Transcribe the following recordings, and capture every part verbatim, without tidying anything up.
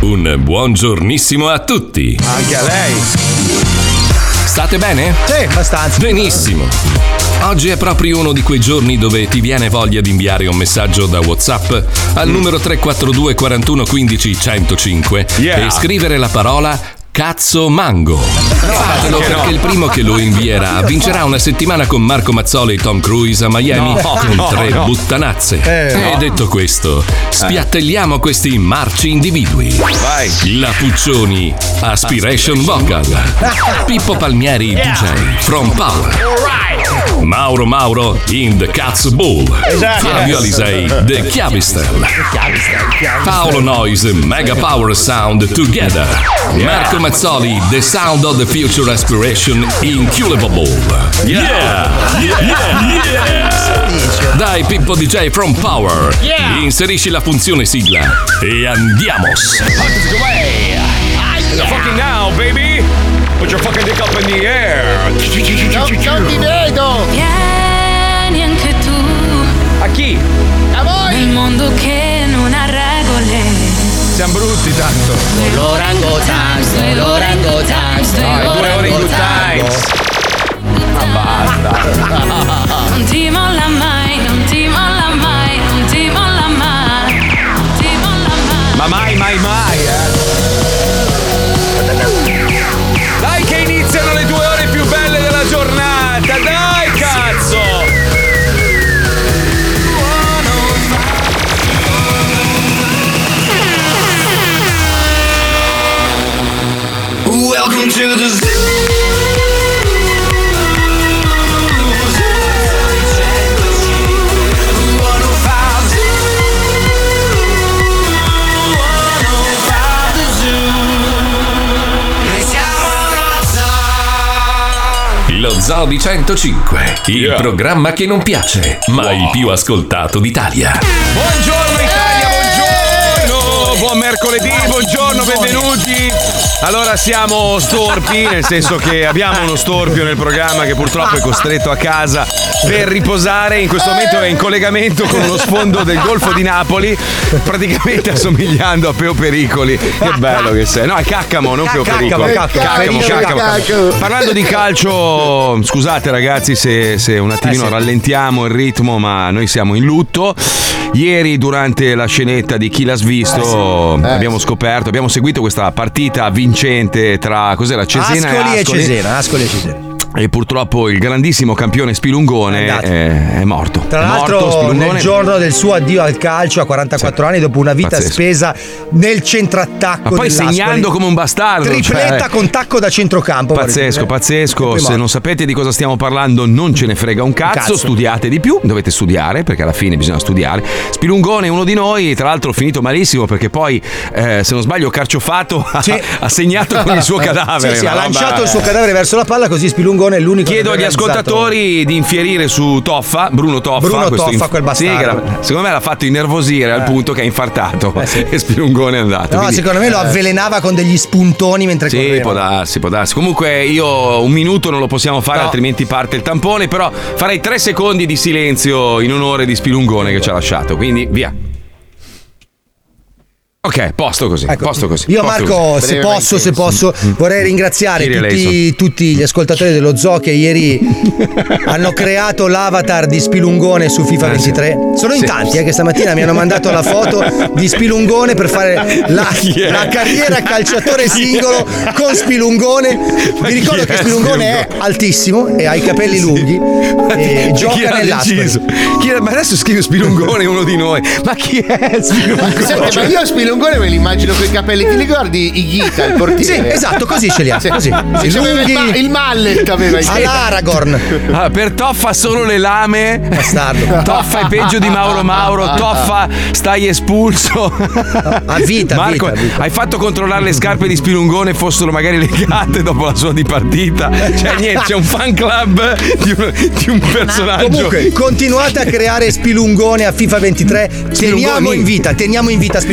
Un buongiornissimo a tutti. Anche a lei. State bene? Sì, abbastanza. Benissimo. Oggi è proprio uno di quei giorni dove ti viene voglia di inviare un messaggio da WhatsApp al numero tre quattro due quarantuno quindici centocinque Yeah. e scrivere la parola Cazzo Mango. Fatelo perché il primo che lo invierà vincerà una settimana con Marco Mazzoli e Tom Cruise a Miami No, con no, tre no. buttanazze. Eh, e no. detto questo, spiattelliamo questi marci individui. Vai. La Puccioni, Aspiration Vocal. Pippo Palmieri, D J, From Power. Mauro Mauro in The Cazzo Ball. Esatto. Fabio Alisei, The Chiavistello. Paolo Noise, Mega Power Sound Together. Marco Mazzoli, The Sound of the Future Aspiration Incubable. Yeah! Yeah! Yeah! Dai Pippo D J From Power, Yeah. inserisci la funzione sigla e andiamo! Fucking now, baby. Put your fucking dick up in the air. Non, non ti vedo! Vieni anche tu A chi? A voi! nel mondo che non ha regole. Siamo brutti tanto. L'orango times, l'orango times, No, è due ore in good times. Ma basta. Non ti molla mai, non ti molla mai, non ti molla mai, non ti molla mai. Ma mai, mai, mai, eh. Dai che iniziano le due ore più belle della giornata. Dai, cazzo. Welcome to the zoo. Lo Zoo di centocinque, il Yeah. programma che non piace, ma il più ascoltato d'Italia. Buongiorno Italia, buongiorno. Buon mercoledì, buongiorno, benvenuti. Allora siamo storpi, nel senso che abbiamo uno storpio nel programma che purtroppo è costretto a casa per riposare. In questo momento è in collegamento con uno sfondo del Golfo di Napoli, praticamente assomigliando a Peo Pericoli. Che bello che sei. No, è Caccamo, non Peo Caccamo, Pericoli. Caccamo, Caccamo, Caccamo. Parlando di calcio, scusate ragazzi se, se un attimino Eh sì. rallentiamo il ritmo, ma noi siamo in lutto. Ieri durante la scenetta di Chi l'ha svisto Eh abbiamo scoperto, abbiamo seguito questa partita vincente tra cos'era Cesena Ascoli e e Ascoli. Cesena, Ascoli e Cesena. E purtroppo il grandissimo campione Spilungone È andato. è, è morto. Tra È l'altro morto, Spilungone. nel giorno del suo addio al calcio a quarantaquattro Sì. anni, dopo una vita Pazzesco. spesa nel centrattacco Ma poi dell'Ascoli. segnando come un bastardo. Tripletta cioè- con tacco da centrocampo. Pazzesco, pazzesco. Poi Se morto. non sapete di cosa stiamo parlando, non ce ne frega un cazzo. cazzo. Studiate di più, dovete studiare perché alla fine bisogna studiare. Spilungone è uno di noi, tra l'altro finito malissimo perché poi, eh, se non sbaglio, Carciofato ha, Sì. ha segnato con il suo cadavere. Sì, sì, ha Una roba- lanciato il suo cadavere verso la palla, così Spilungone è l'unico. Chiedo che agli ha realizzato- ascoltatori di infierire su Toffa, Bruno Toffa. Bruno questo Toffa, quel bastardo. Sì, che era- secondo me l'ha fatto innervosire al punto che ha infartato Eh, sì. e Spilungone è andato. No, Quindi- secondo me lo avvelenava con degli spuntoni mentre Sì, correva. può darsi, può darsi. Comunque io un minuto non lo possiamo fare, No. altrimenti parte il tampone, però farei tre secondi di silenzio in onore di Spilungone che ci ha lasciato, quindi via. Ok, posto così, Ecco, posto così. io posto Marco, così. se posso, se posso, vorrei ringraziare Kirill tutti, Leison. tutti gli ascoltatori dello Zoo che ieri hanno creato l'avatar di Spilungone su FIFA ventitré. Sono in Sì. tanti eh, che stamattina mi hanno mandato la foto di Spilungone per fare la, Chi è? la carriera calciatore singolo con Spilungone. Vi ricordo chi che è Spilungone è Spilungone? altissimo e ha i capelli lunghi e Chi gioca ha nell'Ascoli. deciso? Chi è- Ma adesso scrive Spilungone uno di noi. Ma chi è Spilungone? Senti, ma io a Spilungone me li immagino con i capelli. Ti ricordi Igita, il portiere? Sì, esatto, così ce li ha. Sì. Così. Sì, Così aveva il, lunghi. ma- il mallet aveva i All'Aragorn. Ah, per Toffa solo le lame. Bastardo. Toffa è peggio di Mauro Mauro. Toffa stai espulso. A vita, a Marco, vita, a vita. hai fatto controllare le scarpe di Spilungone fossero magari legate dopo la sua dipartita. Cioè, niente, c'è un fan club di un, di un personaggio. Comunque, continuate a creare Spilungone a FIFA ventitré. Teniamo Spilungoni. in vita, teniamo in vita Spilungone.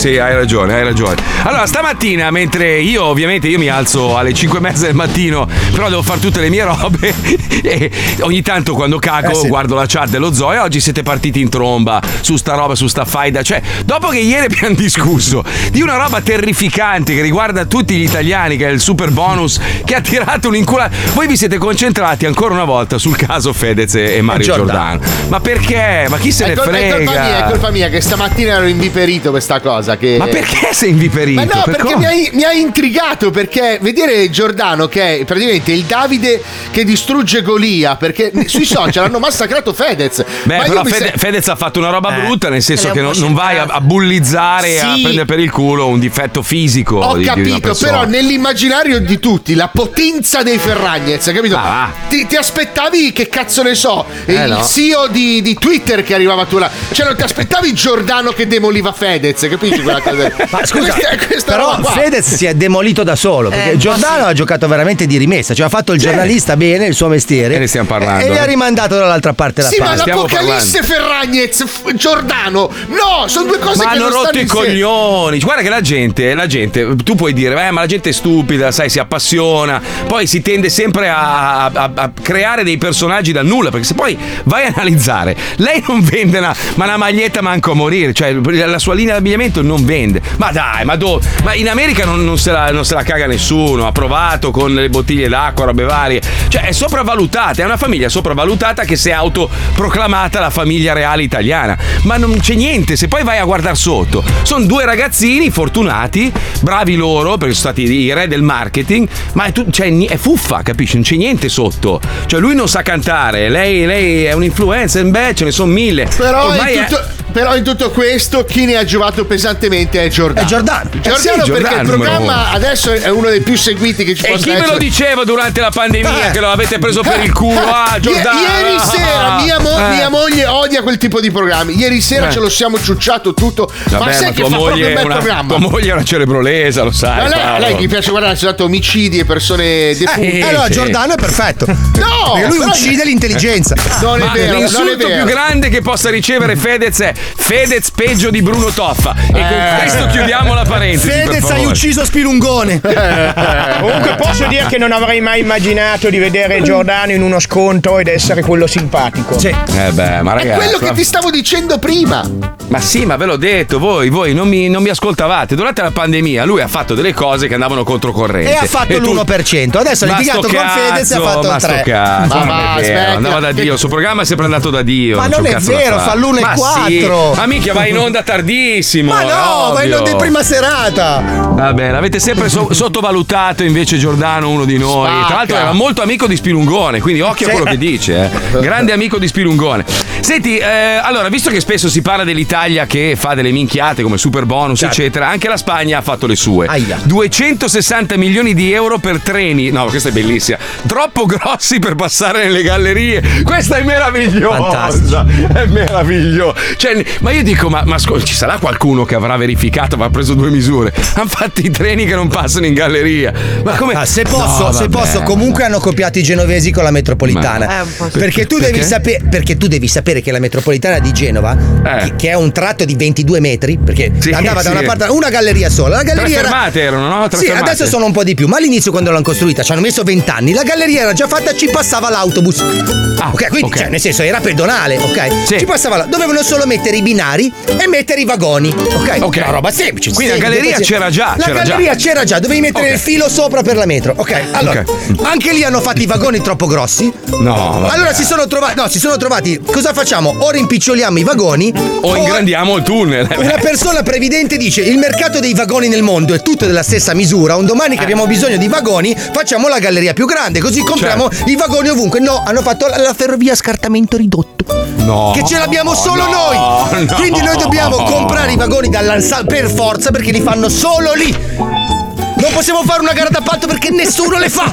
sì, hai ragione, hai ragione. Allora, stamattina, mentre io ovviamente io mi alzo alle cinque e mezza del mattino, però devo fare tutte le mie robe e ogni tanto quando cago Eh sì. guardo la chat dello Zoo e oggi siete partiti in tromba su sta roba, su sta faida. Cioè, dopo che ieri abbiamo discusso di una roba terrificante che riguarda tutti gli italiani, che è il super bonus che ha tirato un'inculata, voi vi siete concentrati ancora una volta sul caso Fedez e Mario Giordano. Giordano. Ma perché? Ma chi se È, ne col- è frega? colpa mia, è colpa mia che stamattina ero inviperito questa cosa. Che... Ma perché sei inviperito? Ma no, Per perché cosa? mi ha, mi ha intrigato, perché vedere Giordano che è praticamente il Davide che distrugge Golia, perché sui social hanno massacrato Fedez. Beh, Ma io però mi Fede- se- Fedez ha fatto una roba Eh. brutta, nel senso È che un non, po' non vai a, a bullizzare, a Sì. prendere per il culo un difetto fisico. Ho di, di una capito, persona. però nell'immaginario di tutti la potenza dei Ferragnez, capito? Ah, va. ti, ti aspettavi, che cazzo ne so, Eh, il no. C E O di, di Twitter che arrivava tu là, cioè non ti aspettavi Giordano che demoliva Fedez, capisci quella cosa? Ma scusa, questa, questa però roba qua. Fedez si è demolito da solo perché Eh, Giordano ha giocato veramente di rimessa, cioè ha fatto il giornalista bene, il suo mestiere. E ne stiamo parlando. E gli ha rimandato dall'altra parte la Sì, ma palla. stiamo l'Apocalisse Ferragnez, F- Giordano, no, sono due cose Ma che hanno non rotto stanno i insieme. coglioni. Guarda che la gente, la gente, tu puoi dire, eh, ma la gente è stupida, sai, si appassiona. Poi si tende sempre a, a- a creare dei personaggi dal nulla. Perché se poi vai a analizzare, lei non vende una, ma una maglietta manco a morire. Cioè, la sua linea d'abbigliamento non vende. Ma dai, ma dove? Ma in America non, non se la, non se la caga nessuno. Ha provato con le bottiglie d'acqua, robe varie. Cioè, è sopravvalutata. È una famiglia sopravvalutata che si è autoproclamata la famiglia reale italiana. Ma non c'è niente. Se poi vai a guardare sotto, sono due ragazzini fortunati, bravi loro, perché sono stati i re del marketing. Ma è, tu- cioè, ni- è fuffa, capisci? Non c'è niente sotto. Cioè, lui non sa cantare. Lei, lei è un influencer. Beh, ce ne sono mille. Però Ormai in, è- tutto, però in tutto questo chi ne ha giovato pesantemente è Giordano. È Giordano. Giordano, Eh sì, perché Giordano, il numero programma adesso è uno dei più seguiti che ci E possa chi me essere. lo diceva durante la pandemia Eh. che lo avete preso per il culo? Ah, I- Giordano! Ieri sera mia, mo- Eh. mia moglie odia quel tipo di programmi. Ieri sera Eh. ce lo siamo ciucciato tutto. Vabbè, ma sai che tua fa proprio moglie un è bel una, programma? tua moglie è una celebrolesa, lo sai. Ma lei, Paolo. lei gli piace guardare soltanto omicidi e persone defunte. Eh, allora sì. Giordano è perfetto. No, Perché lui però- uccide l'intelligenza. Non è Ma vero, non è l'insulto vero. più grande che possa ricevere Fedez è Fedez peggio di Bruno Toffa. E con Eh. questo chiudiamo la parentesi. per Fedez hai favore. ucciso Spilungone. Comunque posso dire che non avrei mai immaginato di vedere Giordano in uno scontro ed essere quello simpatico. Sì. Eh beh, ma È ragazzi. quello che ti stavo dicendo prima. Ma sì, ma ve l'ho detto, voi, voi non mi, non mi ascoltavate. Durante la pandemia lui ha fatto delle cose che andavano controcorrente. E ha fatto tu- l'uno per cento. Adesso ha Ma litigato sto con Fedez e ha cazzo, fatto ma il sto tre. cazzo, Ma non va, è vero, aspetta. andava da Dio, il suo programma è sempre andato da Dio. Ma c'è non un è cazzo da vero, fare. fa l'uno e Ma quattro. Sì. Ma mica vai in onda tardissimo. Ma è no, vai in ovvio. onda in prima serata. Vabbè, l'avete sempre so- sottovalutato invece Giordano, uno di noi. Spacca. Tra l'altro era molto amico di Spilungone, quindi occhio a quello che dice, eh. Grande amico di Spilungone. Senti, eh, allora, visto che spesso si parla dell'Italia che fa delle minchiate come super bonus, Certo. eccetera, anche la Spagna ha fatto le sue. Aia. duecentosessanta milioni di euro per treni. No, questa è bellissima. Troppo grossi per passare nelle gallerie. Questa è meravigliosa. Fantastico. È meraviglioso. Cioè, ma io dico, ma, ma ascol- ci sarà qualcuno che avrà verificato, avrà preso due misure. Hanno fatto i treni che non passano in galleria. Ma come? Ah, se posso, No, se vabbè. posso, comunque hanno copiato i genovesi con la metropolitana. Ma- Eh, un po' sì. perché, tu Perché? devi sapere, perché tu devi sapere che la metropolitana di Genova, Eh. che, che è un tratto di ventidue metri, perché Sì, andava da sì. una parte, una galleria sola. La galleria Tre era- fermate erano, no? Tre sì, fermate. adesso sono un po' di più, ma all'inizio quando l'hanno costruita ci hanno messo venti anni. La galleria era già fatta, ci passava l'autobus. Ah, ok, quindi ok. Cioè, nel senso era pedonale, ok? Sì. Ci passava là. Dovevano solo mettere i binari e mettere i vagoni. Ok? Ok. Una roba semplice. Quindi la semplice, galleria così. c'era già, La c'era già. galleria c'era già, dovevi mettere Ok. il filo sopra per la metro. Ok, allora Ok. anche lì hanno fatto i vagoni troppo grossi. No, vabbè. Allora si sono trovati, no, si sono trovati. Cosa facciamo? O rimpiccioliamo i vagoni O ingrandiamo il tunnel. una persona previdente dice il mercato dei vagoni nel mondo è tutto della stessa misura. Un domani che abbiamo bisogno di vagoni facciamo la galleria più grande, così compriamo Certo. i vagoni ovunque. No, hanno fatto la, la ferrovia a scartamento ridotto. No. Che ce l'abbiamo solo no, noi. no. Quindi noi dobbiamo comprare i vagoni dall'Ansal per forza perché li fanno solo lì. Non possiamo fare una gara d'appalto perché nessuno le fa.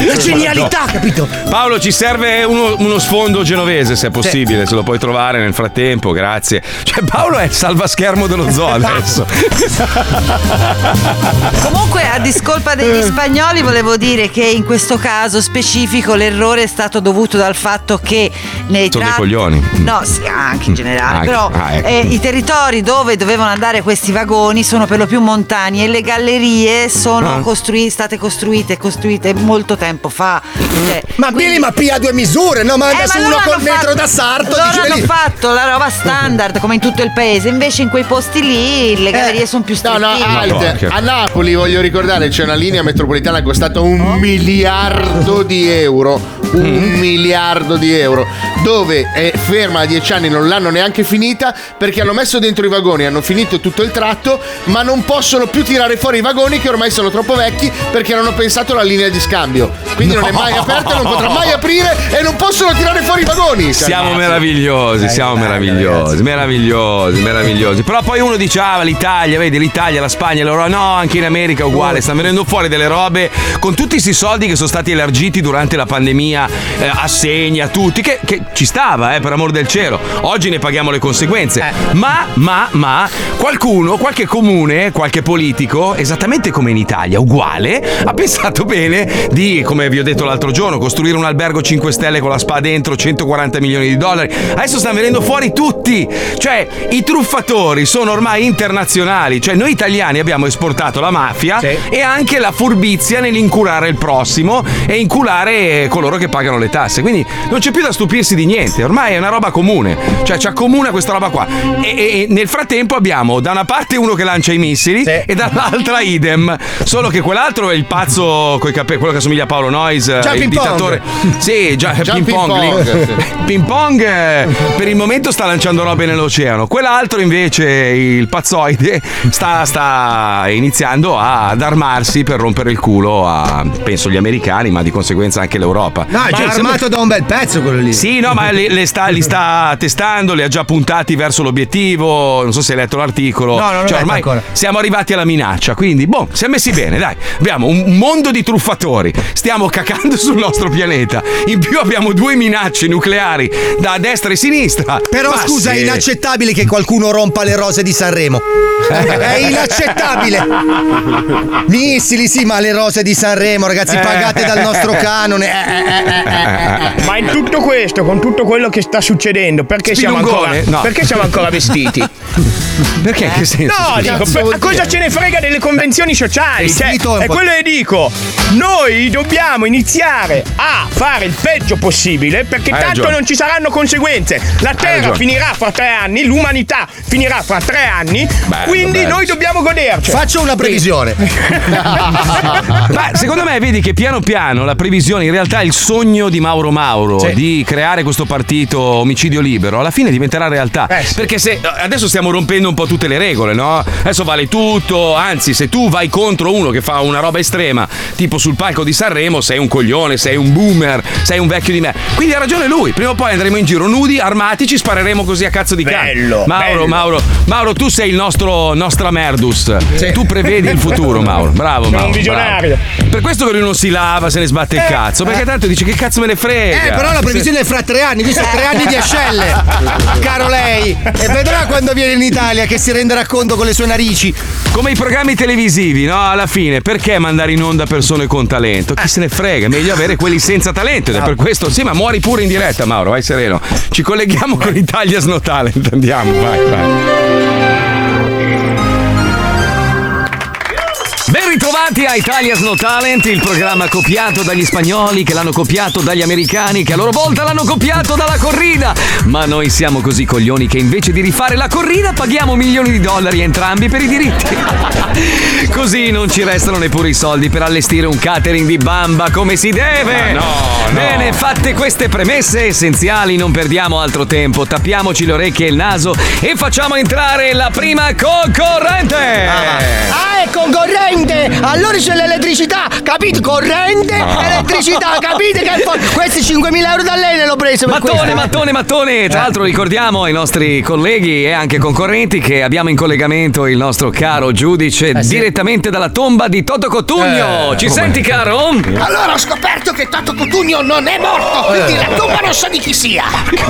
La genialità, capito? Paolo, ci serve uno, uno sfondo genovese, se è possibile, se lo puoi trovare nel frattempo, grazie. Cioè, Paolo è il salvaschermo dello zoo adesso. Comunque, a discolpa degli spagnoli, volevo dire che in questo caso specifico l'errore è stato dovuto dal fatto che nei Sono dei tratti- coglioni. No, sì, anche in generale. Anche. Però Ah, ecco. eh, i territori dove dovevano andare questi vagoni sono per lo più montani e le gallerie sono Ah. costrui- state costruite costruite molto tempo fa. Cioè, Ma quindi- Billy, ma pia due misure, no? Manda Eh, su ma uno loro col hanno metro fatto- da sarto. loro dice hanno lì. fatto la roba standard come in tutto il paese, invece in quei posti lì le gallerie sono più No, strettine. no, Alt, a Napoli voglio ricordare c'è una linea metropolitana che è costata un miliardo di euro. Un Mm. miliardo di euro. Dove è ferma a dieci anni, non l'hanno neanche finita perché hanno messo dentro i vagoni, hanno finito tutto il tratto, ma non possono più tirare fuori i vagoni che ormai sono troppo vecchi perché non hanno pensato alla linea di scambio. Quindi non è mai aperta, non potrà mai aprire e non possono tirare fuori i vagoni. Siamo meravigliosi, siamo meravigliosi, meravigliosi, meravigliosi. Però poi uno dice, ah, l'Italia, vedi, l'Italia, la Spagna, loro no, anche in America è uguale. Stanno venendo fuori delle robe con tutti questi soldi che sono stati elargiti durante la pandemia, eh, assegni a tutti, che, che ci stava, eh, per amor del cielo. Oggi ne paghiamo le conseguenze. Ma, ma, ma, qualcuno, qualche comune, qualche politico, esattamente come in Italia, uguale, ha pensato bene di, come vi ho detto l'altro giorno, costruire un albergo cinque stelle con la spa dentro, centoquaranta milioni di dollari. Adesso stanno venendo fuori tutti. Cioè, i truffatori sono ormai internazionali. Cioè, noi italiani abbiamo esportato la mafia e anche la furbizia nell'inculare il prossimo e inculare coloro che pagano le tasse. Quindi non c'è più da stupirsi di niente, ormai è una roba comune. Cioè, ci accomuna questa roba qua. E, e- e nel frattempo abbiamo da una parte uno che lancia i missili e dall'altra idem. Solo che quell'altro è il pazzo coi capelli, quello che assomiglia a Paolo Noyes, il Jumping dittatore. Pong. Sì, già, Jumping ping pong. Pong, lì. sì. Ping pong eh, per il momento sta lanciando robe nell'oceano. Quell'altro invece, il pazzoide, sta, sta iniziando a- ad armarsi per rompere il culo a, penso, gli americani, ma di conseguenza anche l'Europa. No, è già Ma armato da un bel pezzo quello lì. sì, no, ma le, le sta, li sta testando, li ha già puntati verso l'obiettivo. Non so se hai letto l'articolo. No, non l'ho cioè, letto ormai ancora. siamo arrivati alla minaccia. Quindi, boh, siamo messi bene, dai. Abbiamo un mondo di truffatori. Stiamo cacando sul nostro pianeta. In più abbiamo due minacce nucleari da destra e sinistra. Però Ma scusa, sì. è inaccettabile che qualcuno rompa le rose di Sanremo. È inaccettabile. Missili, sì, ma le rose di Sanremo, ragazzi, pagate dal nostro canone. Eh, eh, eh, eh, eh. Ma in tutto questo, con tutto quello che sta succedendo, perché siamo ancora, Spilungone? No. perché siamo ancora vestiti? Perché? Che senso? No, dico, cazzo per- vuol cosa dire? ce ne frega delle convenzioni sociali? Cioè, Vestito è un è po'- quello che dico. Noi dobbiamo iniziare a fare il peggio possibile perché Hai tanto ragione. non ci saranno conseguenze. La Terra ragione. finirà fra tre anni, l'umanità finirà fra tre anni, Bello, quindi bello. noi dobbiamo goderci. Faccio una previsione. Ma secondo me vedi che piano piano la previsione, in realtà il sogno di Mauro Mauro Sì. di creare questo partito omicidio libero alla fine diventerà realtà. Eh, sì. Perché se adesso stiamo rompendo un po' tutte le regole, no? Adesso vale tutto, anzi se tu vai contro uno che fa una roba estrema, tipo sul palco di Sanremo, sei un coglione, sei un boomer, sei un vecchio di me. Quindi ha ragione lui, prima o poi andremo in giro nudi, armati, ci spareremo così a cazzo di cane. Bello, Mauro, bello. Mauro, Mauro, tu sei il nostro Nostramerdus. Tu prevedi il futuro, Mauro. Bravo, Sono Mauro. un visionario. bravo. Per questo che lui non si lava, se ne sbatte il cazzo. Perché tanto dice che cazzo me ne frega. Eh, però la previsione è fra tre anni, visto tre anni di ascelle, caro lei. E vedrà quando viene in Italia che si renderà conto con le sue narici. Come i programmi televisivi, no? Alla fine, perché mandare in onda persone con talento? Chi se ne frega? È meglio avere quelli senza talento. Ed è per questo, sì, ma muori pure in diretta, Mauro, vai sereno. Ci colleghiamo con Italia's No Talent. Andiamo, vai, vai. Ben ritrovati a Italia's No Talent, il programma copiato dagli spagnoli che l'hanno copiato dagli americani che a loro volta l'hanno copiato dalla corrida. Ma noi siamo così coglioni che invece di rifare la corrida paghiamo milioni di dollari entrambi per i diritti. Così non ci restano neppure i soldi per allestire un catering di bamba come si deve. Ma no, no. Bene, fatte queste premesse essenziali, non perdiamo altro tempo. Tappiamoci le orecchie e il naso e facciamo entrare la prima concorrente. Ah, è concorrente! Allora c'è l'elettricità, capisci? capito? Corrente, No. elettricità, capite? Che fo- questi cinquemila euro da lei ne l'ho preso per Mattone, questo. mattone, mattone. Tra l'altro ricordiamo ai nostri colleghi e anche concorrenti che abbiamo in collegamento il nostro caro giudice direttamente dalla tomba di Toto Cotugno. Eh, Ci come? senti, caro? Allora ho scoperto che Toto Cotugno non è morto, quindi la tomba non so di chi sia.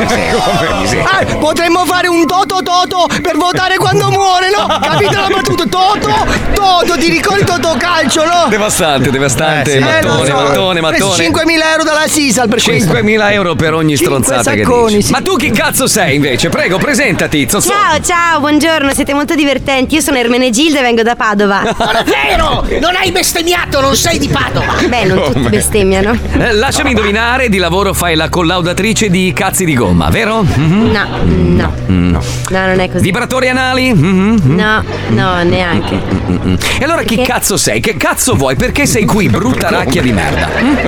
Ah, potremmo fare un Toto Toto per votare quando muore, no? Capite la battuta? Toto, Toto, ti ricordi Toto Calcio, no? Devastante, devastante. Eh, sì. mattone, Eh, lo so. mattone, Ho preso mattone. cinquemila euro dalla Sisal per questo. cinquemila euro per ogni Cinque stronzata che sacconi, dici. sì. Ma tu chi cazzo sei invece? Prego, presentati. Zozzo. Ciao, ciao, buongiorno, siete molto divertenti. Io sono Ermenegilda e vengo da Padova. Non è vero! Non hai bestemmiato, non sei di Padova. Beh, non tutti bestemmiano. Eh, lasciami indovinare, di lavoro fai la collaudatrice di cazzi di gomma, vero? Mhm. No, no, No. no, non è così. Vibratori anali? Mhm. No, no, neanche. Mm-mm. E allora chi Perché? cazzo sei? Che cazzo vuoi? Perché sei qui, brutta racchia di merda?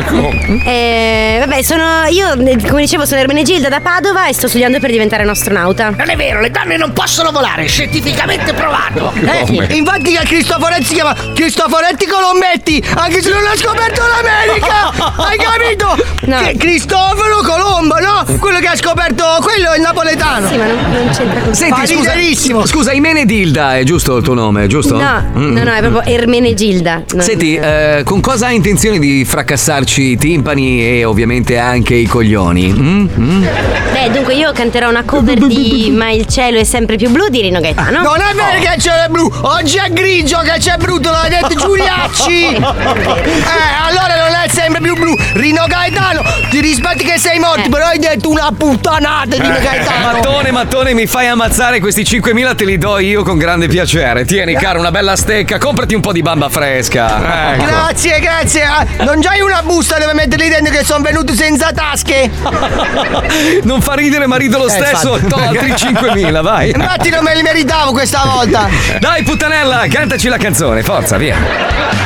Eh, vabbè, sono. Io, eh, come dicevo, sono Ermenegilda da Padova e sto studiando per diventare un astronauta. Non è vero, le donne non possono volare, scientificamente provato. Eh, infatti che Cristoforetti si chiama Cristoforetti Colombetti, anche se non ha scoperto l'America. Hai capito? No. Che Cristoforo Colombo, no? Quello che ha scoperto, quello è il napoletano. Sì, ma non, non c'entra così. Senti, scusa, Pariserissimo. scusa, Imenedilda è giusto il tuo nome, giusto? No, Mm. no, no, è proprio Ermenegilda. No, Senti, no. eh, con cosa hai intenzione di fracassarci i timpani e ovviamente anche i coglioni? Mm? Mm? Beh, dunque io canterò una cover di Ma il cielo è sempre più blu di Rino Gaetano. Non è vero che c'è il blu, oggi è grigio che c'è brutto, l'ha detto Giuliacci. Eh, allora non è sempre più blu. Rino Gaetano, ti rispetti che sei morto, Eh. però hai detto una puttanata di Rino Gaetano. Mattone, mattone, mi fai ammazzare questi cinquemila, te li do io con grande piacere. Tieni, caro, una bella stecca, comprati un po' di bamba fresca. Ecco. Grazie, grazie. Eh, Non c'hai una busta dove metterli dentro che sono venuti senza tasche? Non fa ridere, ma rido lo Eh, stesso. infatti. To altri cinquemila, vai. Infatti non me li meritavo questa volta. Dai, puttanella, cantaci la canzone, forza, via.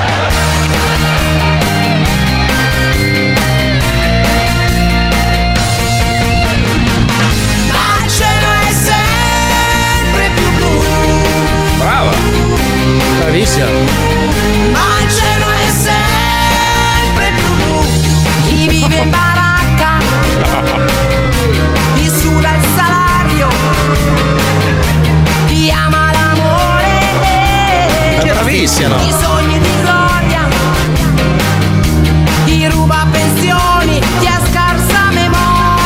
Ma il cielo è sempre più blu. Brava. Bravissima. Ma il cielo è sempre più blu. Chi vive in baracca chi suda il salario, chi ama l'amore, Bravissima. i sogni di gloria, chi ruba pensioni, chi ha scarsa memoria.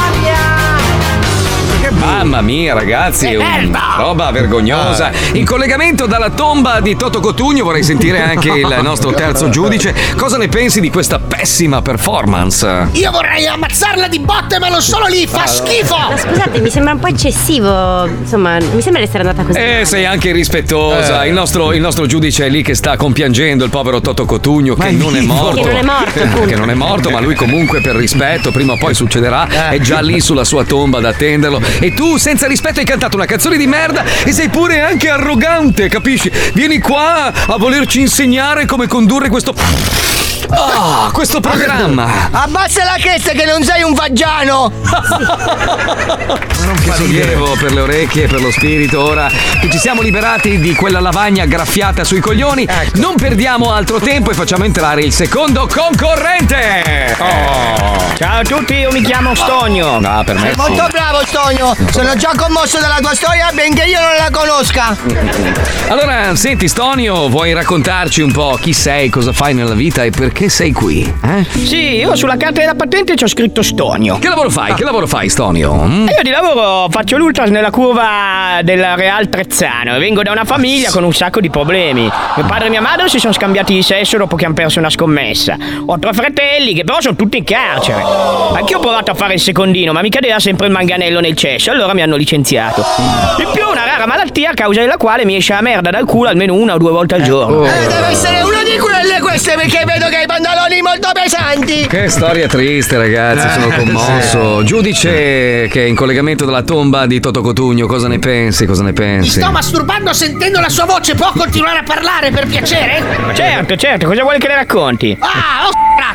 Mamma mia, ragazzi, Che una merda! roba vergognosa. In collegamento dalla tomba di Toto Cotugno vorrei sentire anche il nostro terzo giudice. Cosa ne pensi di questa pessima performance? Io vorrei ammazzarla di botte, ma non sono lì, fa schifo! Ma scusate, mi sembra un po' eccessivo. Insomma, mi sembra di essere andata così. Eh, sei anche irrispettosa. Eh. Il, nostro, il nostro giudice è lì che sta compiangendo il povero Toto Cotugno, che non è morto. Che non è morto, appunto. Che non è morto, ma lui comunque per rispetto, prima o poi succederà, è già lì sulla sua tomba ad attenderlo. E tu, senza rispetto, hai cantato una canzone di merda e sei pure anche arrogante, capisci? Vieni qua a volerci insegnare come condurre questo... Ah, questo programma. Abbassa la chesta che non sei un faggiano. Che sollievo per le orecchie e per lo spirito. Ora che ci siamo liberati di quella lavagna graffiata sui coglioni, non perdiamo altro tempo e facciamo entrare il secondo concorrente. Ciao a tutti, io mi chiamo Stonio. Ah, per me Sei molto bravo, Stonio. Sono già commosso dalla tua storia, benché io non la conosca. Allora, senti Stonio, vuoi raccontarci un po' chi sei, cosa fai nella vita e perché sei qui? Eh? Sì, io sulla carta della patente ci ho scritto Stonio. Che lavoro fai? Che lavoro fai, Stonio? Mm? E io di lavoro faccio l'ultras nella curva del Real Trezzano e vengo da una famiglia con un sacco di problemi. Mio padre e mia madre si sono scambiati di sesso dopo che hanno perso una scommessa. Ho tre fratelli che però sono tutti in carcere. Anch'io ho provato a fare il secondino, ma mi cadeva sempre il manganello nel cesso, allora mi hanno licenziato. In più una rara malattia a causa della quale mi esce la merda dal culo almeno una o due volte al giorno. Eh, deve essere una di quelle queste, perché vedo che hai i pantaloni molto pesanti. Che storia triste, ragazzi, sono commosso. Giudice che è in collegamento dalla tomba di Toto Cotugno, cosa ne pensi? Cosa ne Mi pensi? sto masturbando sentendo la sua voce, può continuare a parlare per piacere? Certo, certo, cosa vuoi che le racconti? Ah, ho s***ato!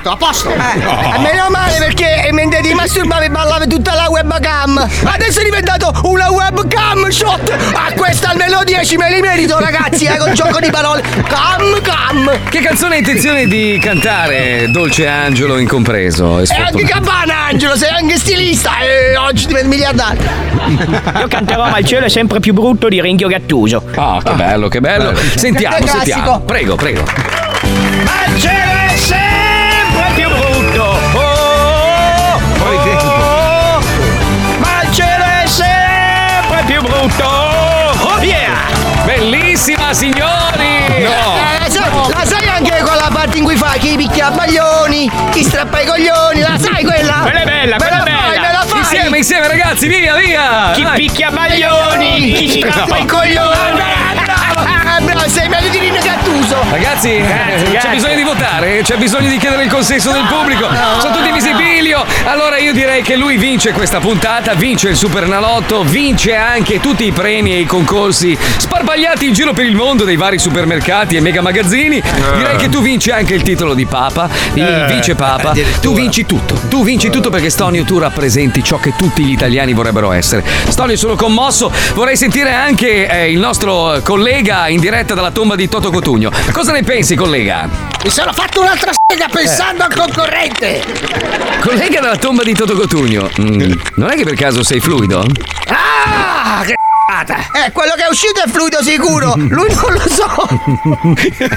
morto, a posto. Eh, no. Meno male perché mentre ti masturbavi ballavi tutta la webcam. Adesso è diventato una webcam shot. A questa almeno dieci me li merito, ragazzi, eh, con gioco di parole. Cam cam. Che canzone hai intenzione di cantare, Dolce Angelo incompreso? E anche Campana, Angelo, sei anche stilista e oggi diventi miliardario. Io canterò Ma il cielo è sempre più brutto di Ringhio Gattuso. Ah, che bello, che bello. Sentiamo, sentiamo. Prego, prego. Ma il cielo è sempre più brutto. Oh, oh, oh, ma il cielo è sempre più brutto. Oh yeah! Bellissima, signori! No! Eh, sai, la sai anche quella parte in cui fa chi picchia baglioni, chi strappa i coglioni, la sai quella? Quella è bella, quella è bella. Fai, me la fai. Insieme, insieme, ragazzi, via, via! Chi Dai. picchia baglioni, chi strappa i coglioni. Ah, bravo, sei meglio di Rino Gattuso. Ragazzi, eh, c'è grazie. bisogno di votare, c'è bisogno di chiedere il consenso del pubblico. No. Sono tutti visibilio. Allora io direi che lui vince questa puntata, vince il Supernalotto, vince anche tutti i premi e i concorsi sparpagliati in giro per il mondo dei vari supermercati e mega magazzini. Direi che tu vinci anche il titolo di Papa, il vice Papa. Tu vinci tutto, tu vinci tutto perché Stonio tu rappresenti ciò che tutti gli italiani vorrebbero essere. Stonio, sono commosso, vorrei sentire anche eh, il nostro collega in diretta dalla tomba di Toto Cotugno. Cosa ne pensi, collega? Mi sono fatto un'altra sega pensando al concorrente. Collega dalla tomba di Toto Cotugno, mm, non è che per caso sei fluido? Ah, che Eh, quello che è uscito è fluido sicuro. Lui non lo so.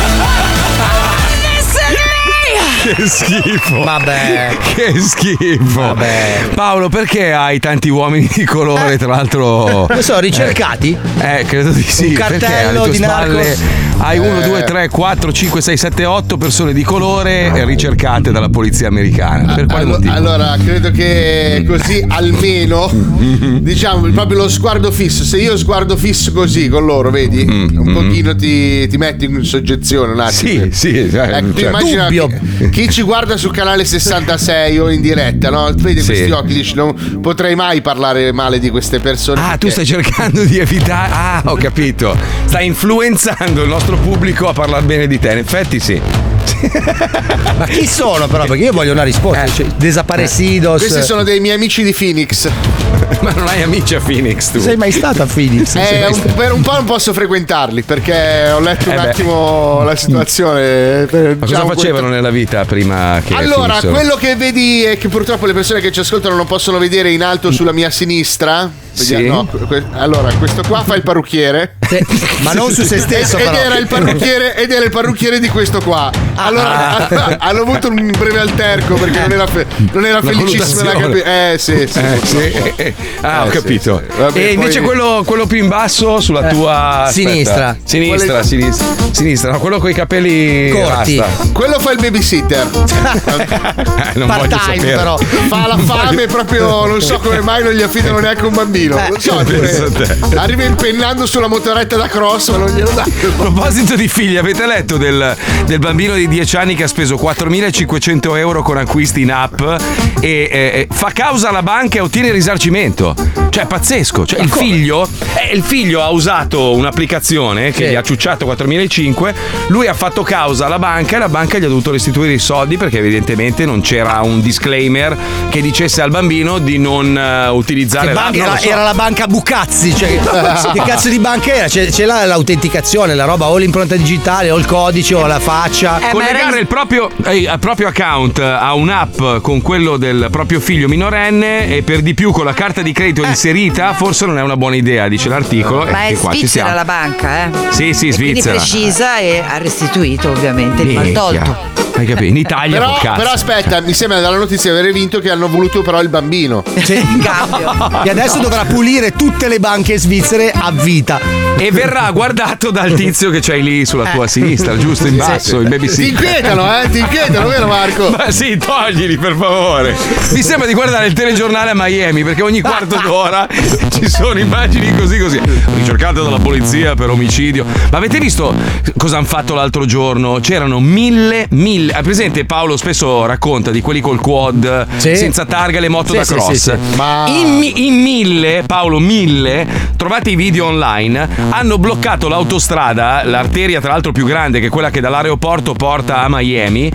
Che schifo. Vabbè. Che schifo. Vabbè. Paolo, perché hai tanti uomini di colore, tra l'altro? Lo so, ricercati? Eh, credo di sì. Un perché cartello alle tue di spalle narcos? hai uno, due, tre, quattro, cinque, sei, sette, otto persone di colore ricercate dalla polizia americana. Per quale Allo- motivo? Allora, credo che così almeno, diciamo, proprio lo sguardo fisso. Se io sguardo fisso così con loro, vedi, un pochino ti, ti metti in soggezione un attimo. Sì, sì. cioè, Ecco, tu cioè, immagina dubbio. chi, chi ci guarda sul canale sessantasei o in diretta, no? Vedi Sì. questi occhi, dici, non potrei mai parlare male di queste persone. Ah, tu perché- stai cercando di evitare. Ah, ho capito. Stai influenzando il nostro pubblico a parlare bene di te. In effetti, sì. Ma chi sono però? Perché io voglio una risposta. Cioè, desaparecidos. Questi sono dei miei amici di Phoenix. Ma non hai amici a Phoenix, tu? Sei mai stato a Phoenix? Eh, un- per un po' non posso frequentarli perché ho letto un Eh beh. attimo la situazione. per- Ma diciamo, cosa facevano nella vita prima che Allora, finissero? quello che vedi e che purtroppo le persone che ci ascoltano non possono vedere in alto sulla mia sinistra. Sì. Vediamo- no, que- allora, questo qua fa il parrucchiere. Ma non su se stesso, ed, ed però. era il parrucchiere ed era il parrucchiere di questo qua. Allora Ah. hanno avuto un breve alterco perché non era, fe- non era Una felicissimo da colluttazione. capire. Eh sì, sì. Eh, sì. purtroppo. Ah, ho Eh, sì, capito. sì. Vabbè, e invece poi- quello, quello più in basso sulla tua aspetta. sinistra. Sinistra, Quale- sinistra. Sinistra, no, quello con i capelli Corti. rasta. Quello fa il babysitter. Eh, non voglio Part-time, sapere. però. Fa la fame proprio, non so come mai non gli affidano neanche un bambino. Non so, pensa a te. arriva impennando sulla motoretta da cross, ma non glielo dà. A proposito di figli, avete letto del, del bambino di dieci anni che ha speso quattromilacinquecento euro con acquisti in app e eh, fa causa alla banca e ottiene risarcimento? Cioè, pazzesco. Cioè, il figlio, eh, il figlio ha usato un'applicazione che Sì. gli ha ciucciato quattromilacinquecento, lui ha fatto causa alla banca e la banca gli ha dovuto restituire i soldi perché evidentemente non c'era un disclaimer che dicesse al bambino di non eh, utilizzare Che l'app. banca Non era, lo so. era la banca Bucazzi, cioè, che cazzo di banca era? C'è, c'è là l'autenticazione, la roba, o l'impronta digitale, o il codice, o la faccia. Eh, ma Collegare era- il proprio, eh, il proprio account a un'app con quello del proprio figlio minorenne e per di più con la carta di credito inserita forse non è una buona idea, dice l'articolo. Ma e è qua ci svizzera siamo. la banca, eh? Sì, sì, E quindi Svizzera. precisa e ha restituito ovviamente il Minchia. maltolto. Hai capito? In Italia, Però, col cazzo. però aspetta, mi sembra dalla notizia di aver vinto che hanno voluto però il bambino. In cambio. E adesso dovrà pulire tutte le banche svizzere a vita. E verrà guardato dal tizio che c'hai lì sulla tua sinistra, giusto in basso, il Ti babysitter. inquietano, eh? Ti inquietano, vero Marco? Ma sì, toglili per favore. Mi sembra di guardare il telegiornale a Miami perché ogni quarto d'ora ci sono immagini così così. Ricercate dalla polizia per omicidio. Ma avete visto cosa hanno fatto l'altro giorno? C'erano mille, mille. Hai presente, Paolo spesso racconta di quelli col quad, Sì. senza targa, le moto Sì, da sì, cross. sì, sì. Ma- In, mi- in mille, Paolo, mille, trovate i video online, hanno bloccato l'autostrada, l'arteria tra l'altro più grande che è quella che dall'aeroporto porta a Miami.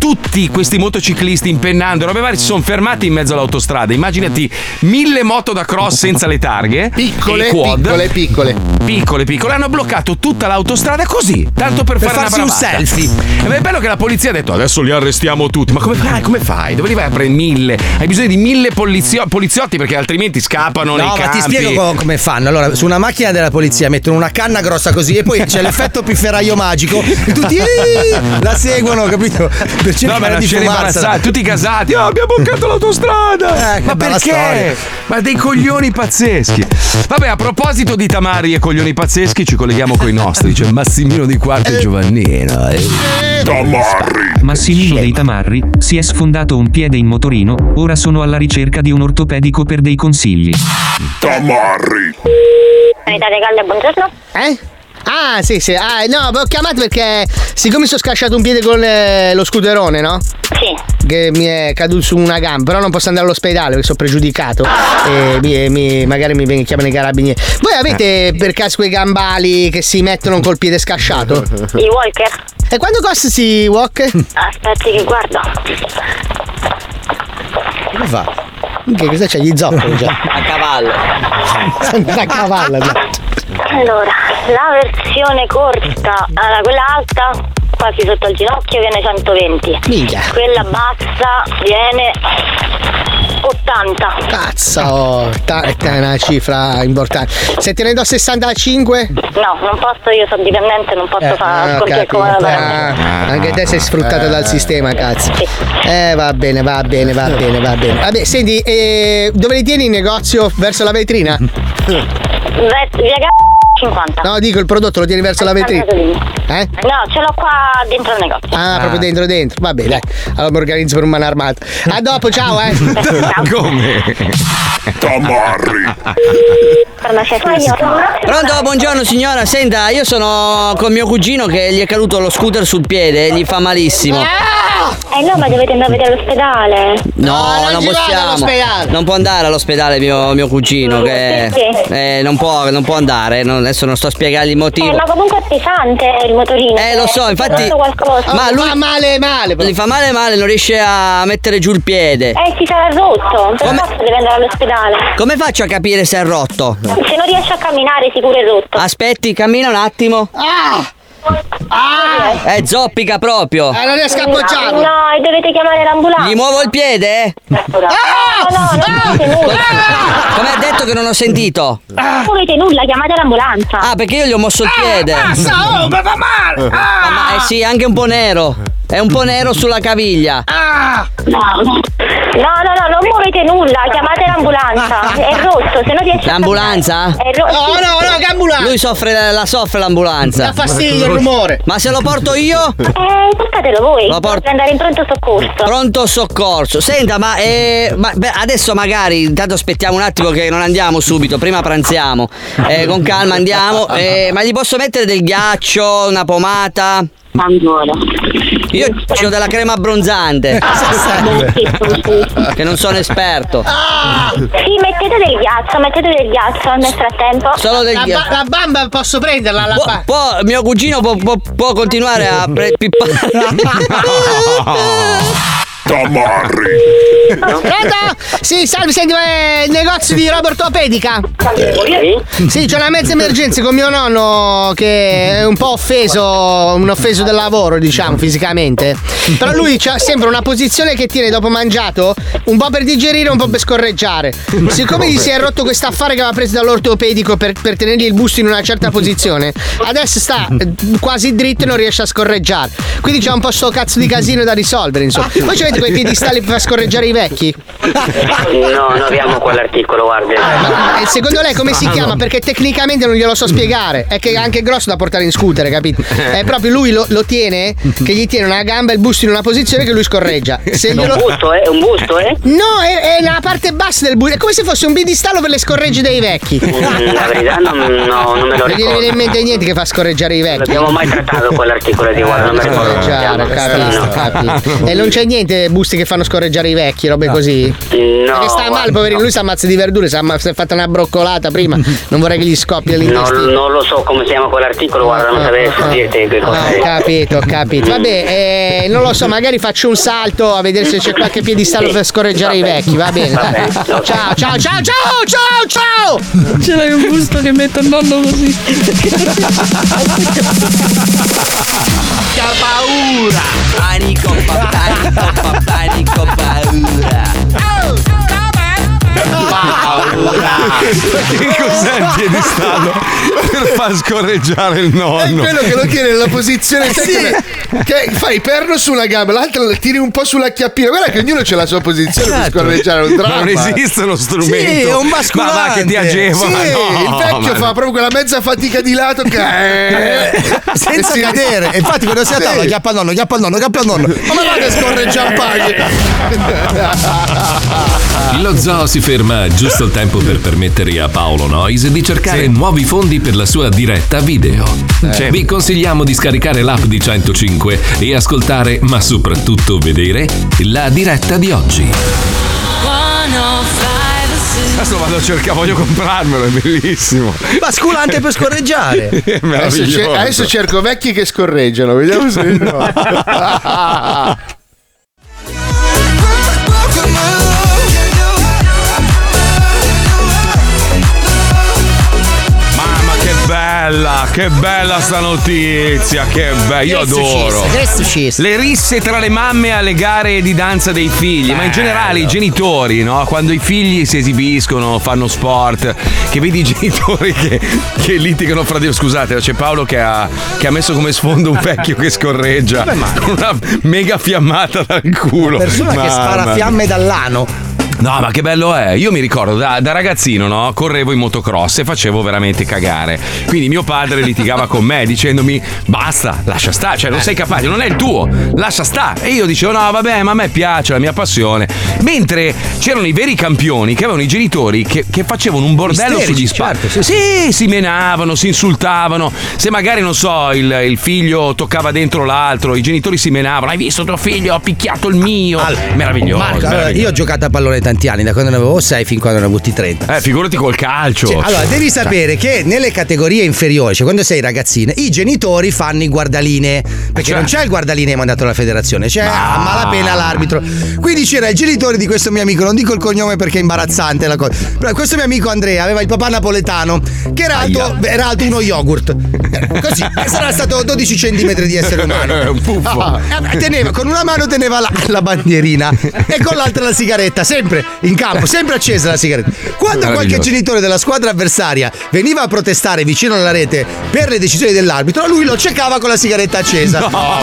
tutti questi motociclisti impennando robe varie si sono fermati in mezzo all'autostrada. Immaginati mille moto da cross senza le targhe, piccole, e quad, piccole, piccole, piccole, piccole. Hanno bloccato tutta l'autostrada così, tanto per, Per fare farsi una un bravata. selfie. Ed è bello che la polizia ha detto adesso li arrestiamo tutti. Ma come fai? Come fai? Dove li vai a prendere mille? Hai bisogno di mille polizio- poliziotti perché altrimenti scappano nei No, ma campi. ti spiego co- come fanno. Allora, su una macchina della polizia mettono una canna grossa così e poi c'è l'effetto pifferaio magico e tutti "Eeeh", la seguono, capito? Per cercare No, ma una di scena fumarsela. imbarazzante, tutti casati. Oh, abbiamo bloccato l'autostrada. Eh, che ma bella perché? storia. Ma dei coglioni pazzeschi. Vabbè, a proposito di tamari e coglioni pazzeschi, ci colleghiamo con i nostri. C'è Massimino di Quarto e Giovannino. Eh. Massimino dei Tamarri si è sfondato un piede in motorino, ora sono alla ricerca di un ortopedico per dei consigli. Tamarri. Sanità legale, buongiorno. Eh? Ah, sì, sì. Ah, no, ho chiamato perché siccome mi sono scasciato un piede con eh, lo scooterone, no? Sì. Che mi è caduto su una gamba, però non posso andare all'ospedale perché sono pregiudicato. E mi, mi- magari mi vengono chiamano i carabinieri. Voi avete per caso quei gambali che si mettono col piede scasciato? I walker. E quanto costa si walk? Aspetti che guardo. Come fa? Che cosa c'è? Gli zoccoli già. A cavallo. A cavallo, esatto. Allora, la versione corta, allora, quella alta, quasi sotto il ginocchio, viene centoventi. Minchia. Quella bassa viene ottanta. Cazzo, ta- è una cifra importante. Se te ne do sessantacinque? No, non posso, io sono dipendente, non posso Eh, fare ho sconti al capito. comune. Ah, anche te sei sfruttata Eh. dal sistema, cazzo. Eh, va bene, va bene, va bene, va bene. Vabbè, senti, eh, dove li tieni in negozio? Verso la vetrina? Vet- Via Ga- cinquanta. No, dico, il prodotto lo tieni verso la vetrina. Eh? No, ce l'ho qua dentro il negozio. Ah, proprio dentro dentro. Vabbè, dai. Allora mi organizzo per un mano armato. A dopo, ciao, eh. Come? Tamarri. Pronto, buongiorno signora, senta, io sono con mio cugino che gli è caduto lo scooter sul piede e gli fa malissimo. Eh no, ma dovete andare a vedere all'ospedale. No, non, non ci vado possiamo. all'ospedale. Non può andare all'ospedale mio, mio cugino che Perché? eh, non può, non può andare, non- adesso non sto a spiegargli il motivo. Eh, ma comunque è pesante il motorino. Eh, lo so, Eh, infatti- ti è caduto qualcosa. Ma lui- fa male male. Gli fa male male, non riesce a mettere giù il piede. Eh, si sarà rotto. Per Come- forza deve andare all'ospedale. Come faccio a capire se è rotto? Se non riesce a camminare, sicuro è rotto. Aspetti, cammina un attimo. Ah! Ah! Eh, zoppica proprio. Eh, non riesco a appoggiarlo. No, e dovete chiamare l'ambulanza. Gli muovo il piede? No, no, non muovete nulla. Come ha detto che non ho sentito? Non muovete nulla, chiamate l'ambulanza. Ah, perché io gli ho mosso il piede. Basta, oh, mi fa male! Ah, ma eh sì, anche un po' nero. È un po' nero sulla caviglia. Ah! No, no, no, no, non muovete nulla, chiamate l'ambulanza. È rotto, se non riesce a L'ambulanza? camminare. È rotto. No, no, no, che ambulanza! Lui soffre, la soffre l'ambulanza. Dà fastidio il rumore. Ma se lo porto io? Eh, portatelo voi. Lo porto- Dovete andare in pronto soccorso. Pronto soccorso. Senta, ma, eh, ma beh, adesso magari intanto aspettiamo un attimo che non andiamo subito, prima pranziamo. Eh, con calma andiamo. Eh, ma gli posso mettere del ghiaccio, una pomata? Ancora. Io ho della crema abbronzante. Che non sono esperto. Sì, mettete del ghiaccio, mettete del ghiaccio nel frattempo. Solo del La, ba- ghiaccio. la bamba posso prenderla? La Può, ba- può- mio cugino può, può- può continuare a pre- pippare. Tamarri. Pronto? Sì, salve, senti, è il negozio di roba ortopedica? Sì, c'è una mezza emergenza con mio nonno che è un po' offeso, un offeso del lavoro, diciamo, fisicamente. Però lui c'ha sempre una posizione che tiene dopo mangiato, un po' per digerire, un po' per scorreggiare. Siccome gli si è rotto quest'affare che aveva preso dall'ortopedico per, per tenergli il busto in una certa posizione, adesso sta eh, quasi dritto e non riesce a scorreggiare. Quindi c'è un po' sto cazzo di casino da risolvere, insomma. Voi avete quei piedistalli per far scorreggiare i vecchi? No, non abbiamo quell'articolo, guardi. Ma eh, secondo lei come si chiama? Perché tecnicamente non glielo so spiegare. È che è anche grosso da portare in scooter, capito? È proprio lui lo, lo tiene, che gli tiene una gamba e il busto in una posizione che lui scorreggia. Se Un glielo... busto, eh? Un busto, eh? No, è, è nella parte bassa del busto. È come se fosse un piedistallo per le scorregge dei vecchi. Mm, La verità non, no, non me lo Non gli viene in ricordo. mente niente che fa scorreggiare i Non vecchi. abbiamo mai trattato quell'articolo di guarda, non me lo ricordo. Scorreggiare, No. capito, capito. E non c'è niente busti che fanno scorreggiare i vecchi. vecchi, robe No. così? No, Perché sta male, guarda, poverino, lui si ammazza di verdure, si è fatta una broccolata prima, non vorrei che gli scoppia non, l'intestino. non lo so come si chiama quell'articolo, guarda, non saprei dirti che Ah, cos'è. ho capito, ho capito. Vabbè, eh, non lo so, magari faccio un salto a vedere se c'è qualche piedistallo per scorreggiare i vecchi, va bene. Va bene, dai. ok. Ciao, ciao, ciao, ciao, ciao, ciao! Ce l'hai un busto che mette il nonno così. Che paura! Panico, pa- panico, pa- panico, paura! Paura! Che cos'è il piedistallo per far scorreggiare il nonno? È quello che lo tiene nella posizione Eh, sai sì. com'è? Che fai perno su una gamba, l'altra la tiri un po' sulla chiappina. Guarda che ognuno c'ha la sua posizione per Certo. scorreggiare, un dramma. Non esiste uno strumento. Sì, è un Ma va che ti agevola. Sì, No, il vecchio ma- fa proprio quella mezza fatica di lato che Senza e si- cadere. E infatti quando sei a tavola, Sì. chiappa il nonno, chiappa il nonno, chiappa il nonno. Ma vada a scorreggiare Lo zoo si ferma giusto il tempo per permettere a Paolo Noise di cercare nuovi fondi per la sua diretta video. Eh. Vi consigliamo di scaricare l'app di centocinque e ascoltare, ma soprattutto vedere, la diretta di oggi. Adesso vado a cercare, voglio comprarmelo, è bellissimo. Basculante per scorreggiare. È Adesso, meraviglioso. cer- adesso cerco vecchi che scorreggiano, vediamo se Mamma che bella, che bella sta notizia, che bella, io Che adoro. successo, che successo? Le risse tra le mamme alle gare di danza dei figli, ma in generale i genitori, no? Quando i figli si esibiscono, fanno sport, che vedi i genitori che, che litigano fra di loro. Scusate, c'è Paolo che ha, che ha messo come sfondo un vecchio che scorreggia con una mega fiammata dal culo. Persona che Mamma spara mia. fiamme dall'ano. No, ma che bello è! Io mi ricordo da, da ragazzino, no? Correvo in motocross e facevo veramente cagare. Quindi mio padre litigava con me dicendomi: basta, lascia stare, cioè non sei capace, non è il tuo, lascia stare. E io dicevo: no, vabbè, ma a me piace, è la mia passione. Mentre c'erano i veri campioni che avevano i genitori che, che facevano un bordello Isterici, sugli spalti. certo, sì, sì, si menavano, si insultavano. Se magari, non so, il, il figlio toccava dentro l'altro, i genitori si menavano. Hai visto tuo figlio? Ha picchiato il mio. Meraviglioso. Marco, allora, meraviglioso. io ho giocato a pallone tanti anni, da quando ne avevo sei fin quando ne ho avuti trenta. Eh, figurati col calcio. Cioè, allora, devi sapere che nelle categorie inferiori, cioè quando sei ragazzino, i genitori fanno i guardaline. Perché Cioè. non c'è il guardaline mandato dalla federazione, c'è a malapena l'arbitro. Quindi c'era il genitore di questo mio amico, non dico il cognome perché è imbarazzante la cosa. Però questo mio amico Andrea aveva il papà napoletano che era alto, era alto uno yogurt. Così, e sarà stato dodici centimetri di essere umano. Un puffo. Ah, eh, teneva, con una mano teneva la, la bandierina e con l'altra la sigaretta, sempre in campo, sempre accesa la sigaretta. Quando qualche Meraviglioso. genitore della squadra avversaria veniva a protestare vicino alla rete per le decisioni dell'arbitro, lui lo cercava con la sigaretta accesa.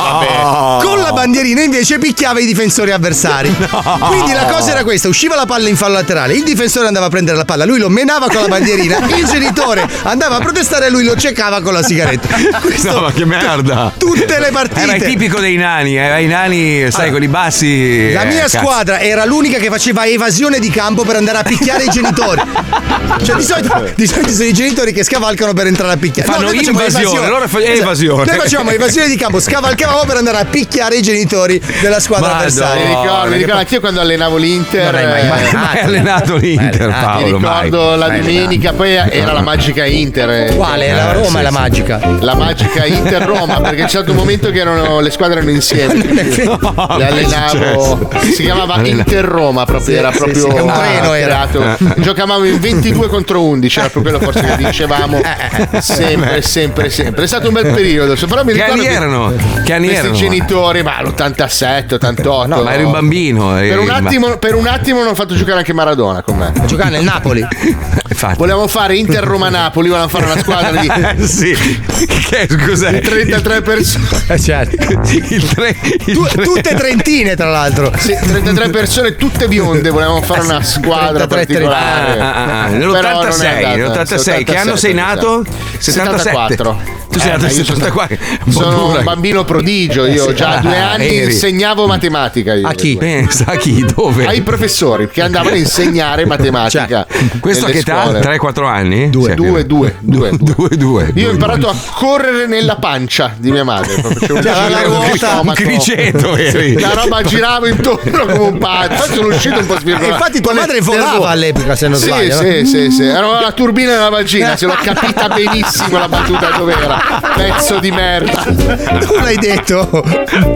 Con la bandierina invece picchiava i difensori avversari. Quindi la cosa era questa: usciva la palla in fallo laterale, il difensore andava a prendere la palla, lui lo menava con la bandierina, il genitore andava a protestare e lui lo cercava con la sigaretta. Questo No, ma che merda! tutte le partite. Era il tipico dei nani, eh. I nani, sai, quelli bassi. La eh, mia cazzo. squadra era l'unica che faceva evasione di campo per andare a picchiare i genitori. Cioè, di solito, di solito sono i genitori che scavalcano per entrare a picchiare. Fanno noi facciamo invasione, loro fa- evasione. Noi facevamo evasione di campo, scavalcavamo per andare a picchiare i genitori della squadra Madonna. avversaria. Mi ricordo, mi ricordo anch'io quando allenavo l'Inter. Non hai mai eh, allenato. Ma hai allenato l'Inter, Mai allenato. Mi Paolo? mai. ricordo la Mai domenica, poi era la magica Inter. eh. Quale? La Eh, Roma sì, e la sì. magica. La magica Inter Roma, perché c'è stato un momento che erano, le squadre erano insieme. Le allenavo. Si chiamava Inter Roma, proprio, Sì, era sì, proprio sì, un treno era. creato. Giocavamo in ventidue contro undici, era proprio quello forse che vincevamo sempre, sempre, sempre. È stato un bel periodo. Però mi Che ricordo anni erano? Che anni questi erano? genitori, ma l'ottantasette, ottantotto. No, ma eri un bambino. Per eri- un, attimo, per un attimo non ho fatto giocare anche Maradona con me. Giocare nel Napoli. Infatti. Volevamo fare Inter Roma Napoli, volevamo fare una squadra di Eh, sì. Che cos'è? trentatré persone. Eh, certo. Il tre, il Tu- tre- tutte trentine, tra l'altro. Sì, trentatré persone tutte bionde, volevamo fare una squadra trentatré, particolare. Ah, ah, ah, Però non è nell'ottantasei, andata. nell'ottantasei, che anno sei nato? settantaquattro. Tu sei Eh, nato ma nel io sono- settantaquattro. Sono un bambino prodigio, io già a due anni Eri. insegnavo matematica. Io. A chi? Pensa, a chi? Dove? Ai professori che andavano a insegnare matematica. Questo a nelle che età? scuole. tre quattro anni? Due, Sì, due, due, due, due, due. Io ho imparato a correre nella pancia di mia madre. Proprio c'è un, Cioè, la giro, ruota, stomaco. un criceto eri. La roba girava intorno come un pazzo. Infatti sono uscito un po' svirgolato. E infatti tua madre volava all'epoca, se non sì, sbaglio, Sì, no? sì, sì. Era la turbina nella vagina. Se l'ho capita benissimo la battuta dove era. Pezzo di merda. Tu l'hai detto.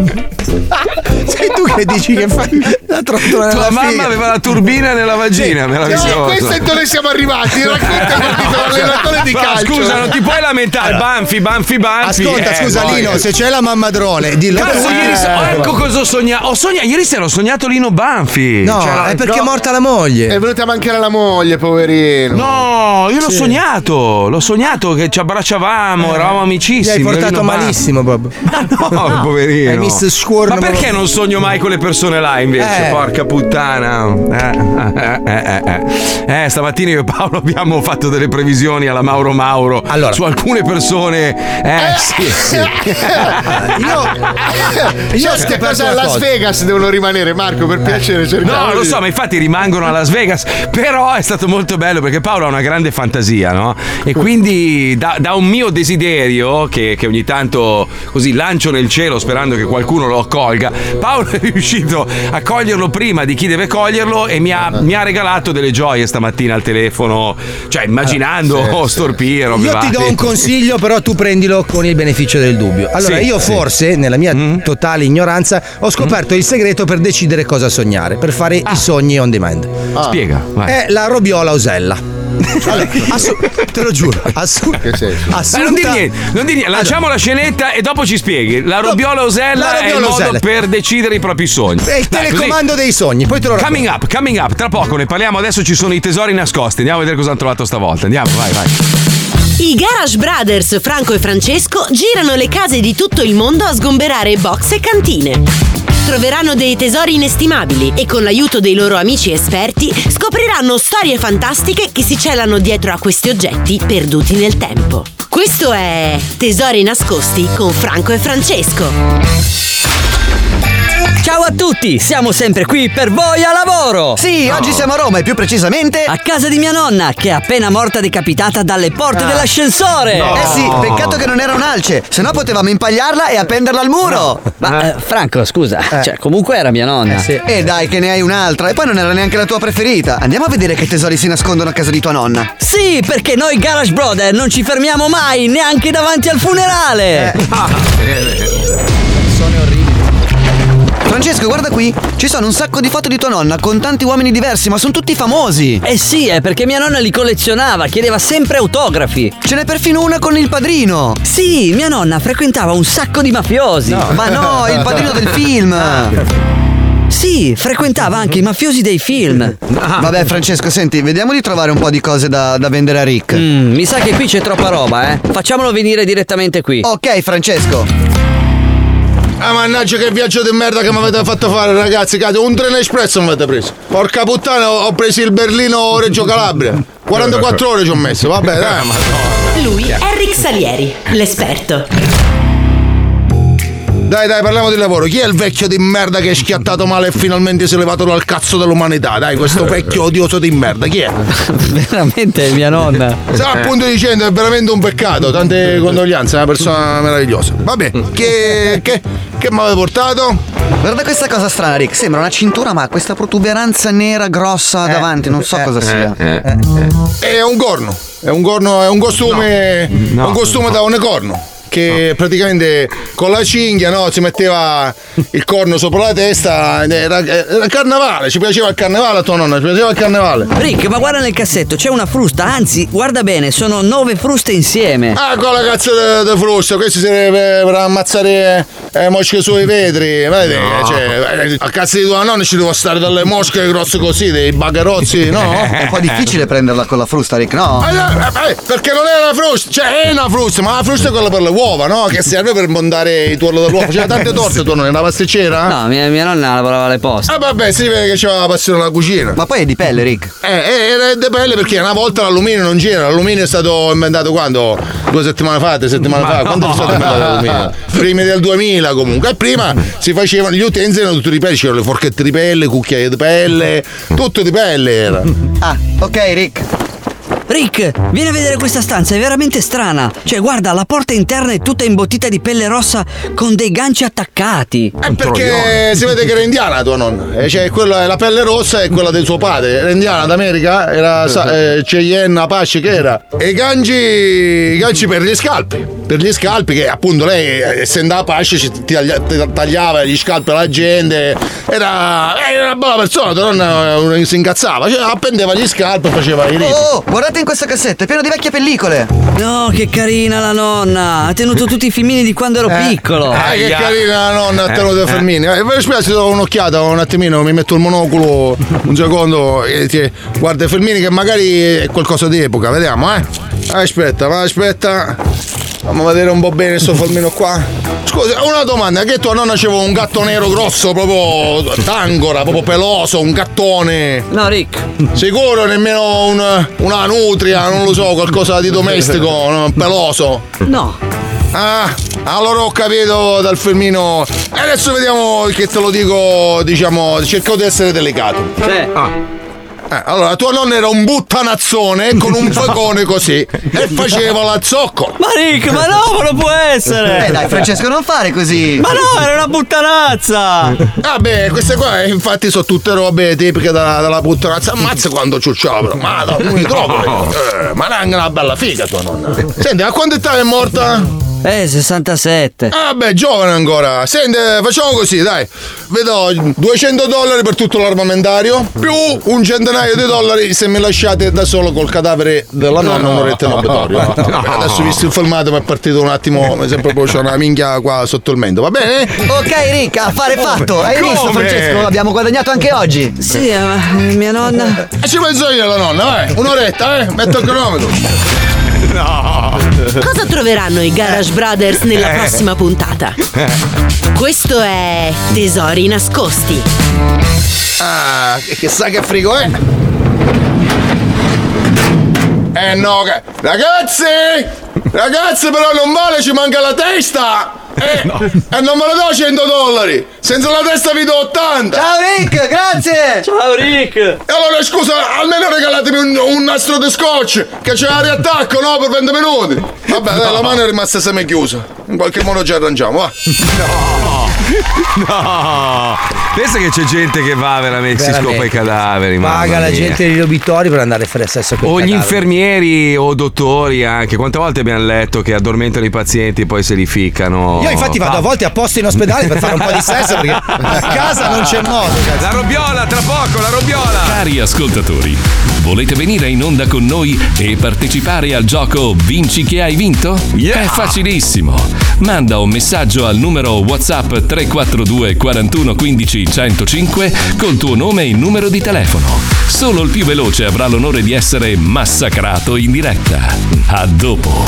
Sei tu che dici che fai la trottola Tua nella mamma figa. aveva la turbina nella vagina, No, meraviglioso. questo è dove siamo arrivati. Racconta l'allenatore di Ma calcio. scusa, non ti puoi lamentare. Banfi, banfi, banfi. Ascolta, eh, scusa poi. Lino, se c'è la mammadrone, dillo Cazzo, tu. ieri sera- ecco cosa ho sognato. Ho sognato. Ieri sera ho sognato Lino Banfi. No, Cioè, la- è perché no. è morta la moglie. È venuta a mancare la moglie, poverino. No, io l'ho Sì. sognato. L'ho sognato che ci abbracciavamo, eravamo Ti amicissimi. hai portato Lino Banfi. malissimo, Bob. No, poverino. Hai miss Squirn. Ma perché non sogno mai con le persone là invece? Eh. Porca puttana. Eh, eh, eh, eh. Eh, stamattina io e Paolo abbiamo fatto delle previsioni alla Mauro Mauro Allora. su alcune persone. Eh, sì, sì. Io, Io ho che scoperto cosa a una Las cosa. Vegas devono rimanere, Marco, per piacere. cerchiamo No, lo di- so, ma infatti rimangono a Las Vegas. Però è stato molto bello perché Paolo ha una grande fantasia, no? E quindi da, da un mio desiderio, che, che ogni tanto così lancio nel cielo sperando che qualcuno lo accolga, Paolo è riuscito a coglierlo prima di chi deve coglierlo e mi ha, mi ha regalato delle gioie stamattina al telefono. Cioè, immaginando Sì, oh, storpire, robe Io ti do varie. un consiglio, però tu prendilo con il beneficio del dubbio. Allora, Sì, io sì. forse, nella mia totale ignoranza, ho scoperto il segreto per decidere cosa sognare, per fare i sogni on demand. Spiega, vai. È la robiola Osella. Allora, assu- te lo giuro, assu- Che senso? Dai, non dire niente, non dire niente. Lanciamo la scenetta e dopo ci spieghi. La robiola Osella La è il robiola modo Osella. per decidere i propri sogni. È il Dai, così. telecomando dei sogni, poi te lo racconto. Coming up, coming up, tra poco ne parliamo. Adesso ci sono i tesori nascosti. Andiamo a vedere cosa hanno trovato stavolta. Andiamo, vai, vai. I Garage Brothers Franco e Francesco girano le case di tutto il mondo a sgomberare box e cantine. Troveranno dei tesori inestimabili e con l'aiuto dei loro amici esperti scopriranno storie fantastiche che si celano dietro a questi oggetti perduti nel tempo. Questo è Tesori nascosti con Franco e Francesco. Ciao a tutti, siamo sempre qui per voi a lavoro! Sì, oggi siamo a Roma e più precisamente A casa di mia nonna, che è appena morta decapitata dalle porte dell'ascensore! Eh sì, peccato che non era un'alce, se no potevamo impagliarla e appenderla al muro. Ma eh, Franco, scusa, cioè comunque era mia nonna. E dai che ne hai un'altra e poi non era neanche la tua preferita. Andiamo a vedere che tesori si nascondono a casa di tua nonna. Sì, perché noi Garage Brother non ci fermiamo mai, neanche davanti al funerale! Francesco, guarda qui, ci sono un sacco di foto di tua nonna con tanti uomini diversi, ma sono tutti famosi. Eh sì, è perché mia nonna li collezionava, chiedeva sempre autografi. Ce n'è perfino una con il padrino. Sì, mia nonna frequentava un sacco di mafiosi. Ma no, il padrino del film. Sì, frequentava anche i mafiosi dei film. Vabbè Francesco, senti, vediamo di trovare un po' di cose da, da vendere a Rick. Mm, mi sa che qui c'è troppa roba, eh. Facciamolo venire direttamente qui. Ok Francesco. Ah, mannaggia che viaggio di merda che mi avete fatto fare, ragazzi. Cazzo, un treno espresso mi avete preso. Porca puttana, ho ho preso il Berlino Reggio Calabria. quarantaquattro ore ci ho messo, vabbè, dai. Lui è Rick Salieri, l'esperto. Dai, dai, parliamo di lavoro. Chi è il vecchio di merda che è schiattato male e finalmente si è levato dal cazzo dell'umanità? Dai, questo vecchio odioso di merda, chi è? Veramente è mia nonna. Stavo appunto dicendo, è veramente un peccato. Tante condoglianze, è una persona meravigliosa. Vabbè, che, che, che mi avete portato? Guarda questa cosa strana, Rick. Sembra una cintura, ma ha questa protuberanza nera grossa davanti. Non so cosa sia. È un corno. È un corno, è un costume. No. È un costume da unicorno. Che praticamente con la cinghia, no, si metteva il corno sopra la testa. Era, era carnevale, ci piaceva il carnevale a tua nonna, ci piaceva il carnevale. Rick, ma guarda nel cassetto, c'è una frusta, anzi, guarda bene, sono nove fruste insieme. Ah, con la cazzo di frusta, questo serve per ammazzare eh, mosche sui vetri. Vedete, No. cioè, a cazzo di tua nonna ci devo stare dalle mosche grosse così, dei bagherozzi, no? È un po' difficile prenderla con la frusta, Rick, no? Eh, eh, eh, perché non è una frusta, cioè è una frusta, ma la frusta è quella per le uova, no? Che serve per montare i tuorlo dell'uovo. Faceva tante torte tuo nonno, una pasticcera? No, mia, mia nonna lavorava alle poste. Ah vabbè, si vede che c'aveva la passione alla cucina. Ma poi è di pelle, Rick. Eh, eh, era di pelle perché una volta l'alluminio non c'era. L'alluminio è stato inventato quando? Due settimane fa, tre settimane Ma fa. no. Quando è stato inventato l'alluminio? Primi del duemila comunque. E prima si facevano, gli utensili erano tutti di pelle, c'erano le forchette di pelle, cucchiaie di pelle, tutto di pelle era. Ah, ok, Rick. Rick, vieni a vedere questa stanza, è veramente strana. Cioè, guarda, la porta interna è tutta imbottita di pelle rossa con dei ganci attaccati. È perché si vede che era indiana tua nonna. Eh, cioè, quella, la pelle rossa è quella del suo padre. Era indiana d'America, era eh, Cheyenne Apache che era. E i ganci, i ganci per gli scalpi. Per gli scalpi, che appunto lei, essendo Apache, ci taglia- tagliava gli scalpi alla gente. Era, era una bella persona, tua nonna eh, si incazzava. Cioè, appendeva gli scalpi e faceva i riti. Oh, guardate in questa cassetta, è pieno di vecchie pellicole. No, che carina la nonna. Ha tenuto tutti i filmini di quando ero Eh. piccolo. Ah, che carina la nonna, ha tenuto i filmini. Eh, Aspetta, ti do un'occhiata un attimino, mi metto il monocolo un secondo. E ti, guarda i filmini che magari è qualcosa di epoca, vediamo, eh. Aspetta, ma aspetta. Fammi vedere un po' bene sto filmino qua. Scusa, una domanda, che tua nonna c'aveva un gatto nero grosso, proprio tangora, proprio peloso, un gattone? No, Rick. Sicuro nemmeno un, una nutria, non lo so, qualcosa di domestico, no, peloso? No. Ah, allora ho capito dal filmino. E adesso vediamo che te lo dico, diciamo, cerco di essere delicato. Sì. Ah. Eh, allora, tua nonna era un buttanazzone con un facone così e faceva la zoccola. Ma Rick, ma no, ma non può essere! Eh dai, Francesco, non fare così. Ma no, era una puttanazza! Vabbè, queste qua eh, infatti sono tutte robe tipiche della, della puttanazza. Ammazza quando ciucciava, ma no, non mi trovo. Eh, ma era anche una bella figa tua nonna. Senti, a quanto età è morta? Eh, sessantasette. Ah beh, giovane ancora. Senti, facciamo così, dai. Vedo duecento dollari per tutto l'armamentario, più un centinaio di dollari se mi lasciate da solo col cadavere della nonna un'oretta in obitorio. No. Adesso visto il filmato mi è partito un attimo, mi sembra proprio c'è una minchia qua sotto il mento, va bene? Ok, Rick, affare fatto. Hai Come? visto, Francesco? Abbiamo guadagnato anche oggi. Sì, eh, ma mia nonna. E ci penso io la nonna, vai. Un'oretta, eh? Metto il cronometro. No. Cosa troveranno i Garage Brothers nella Eh. prossima puntata? Questo è Tesori nascosti. Ah, che, che sa che frigo è? Eh no, che... ragazzi! Ragazzi, però non vale, ci manca la testa! Eh, e non me lo do cento dollari! Senza la testa vi do ottanta! Ciao Rick, grazie! Ciao Rick! E allora scusa, almeno regalatemi un, un nastro di scotch, che c'è la riattacco, no? Per venti minuti! Vabbè, dai, la mano è rimasta semichiusa. In qualche modo ci arrangiamo, va! No! Pensa che c'è gente che va veramente, si Veramente. scopa i cadaveri. Paga mamma la mia. gente degli obitori per andare a fare sesso con O gli infermieri o dottori anche. Quante volte abbiamo letto che addormentano i pazienti e poi se li ficcano? Io infatti vado a volte apposta in ospedale per fare un po' di sesso perché a casa non c'è modo. cazzo. La robbiola, tra poco, la robbiola! Cari ascoltatori, volete venire in onda con noi e partecipare al gioco Vinci che hai vinto? Yeah! È facilissimo. Manda un messaggio al numero WhatsApp tre quattro due quarantuno quindici centocinque col tuo nome e il numero di telefono. Solo il più veloce avrà l'onore di essere massacrato in diretta. A dopo.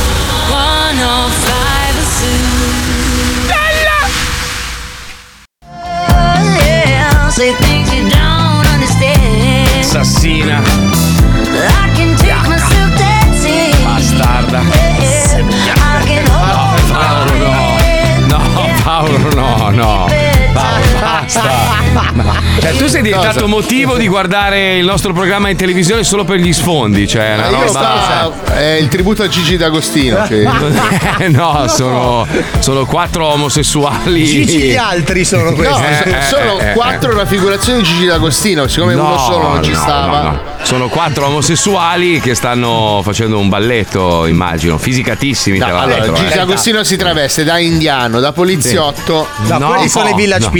Say things you don't understand. Assassina. I can take myself dancing. Bastarda. I can hold Paolo, no. No, Paolo, no, no. Paolo, basta. Cioè, tu sei diventato motivo di guardare il nostro programma in televisione solo per gli sfondi. Cioè, una Io roba. stavo- è il tributo a Gigi D'Agostino. Che... Eh, no, sono, sono quattro omosessuali. Gigi gli altri sono No, questi. so- sono eh, quattro raffigurazioni di Gigi D'Agostino. Siccome No, uno solo non ci no, stava, no, no. Sono quattro omosessuali che stanno facendo un balletto, immagino, fisicatissimi No, tra l'altro. allora, Gigi eh. D'Agostino si traveste da indiano, da poliziotto. No, quelli sono i Village no. People.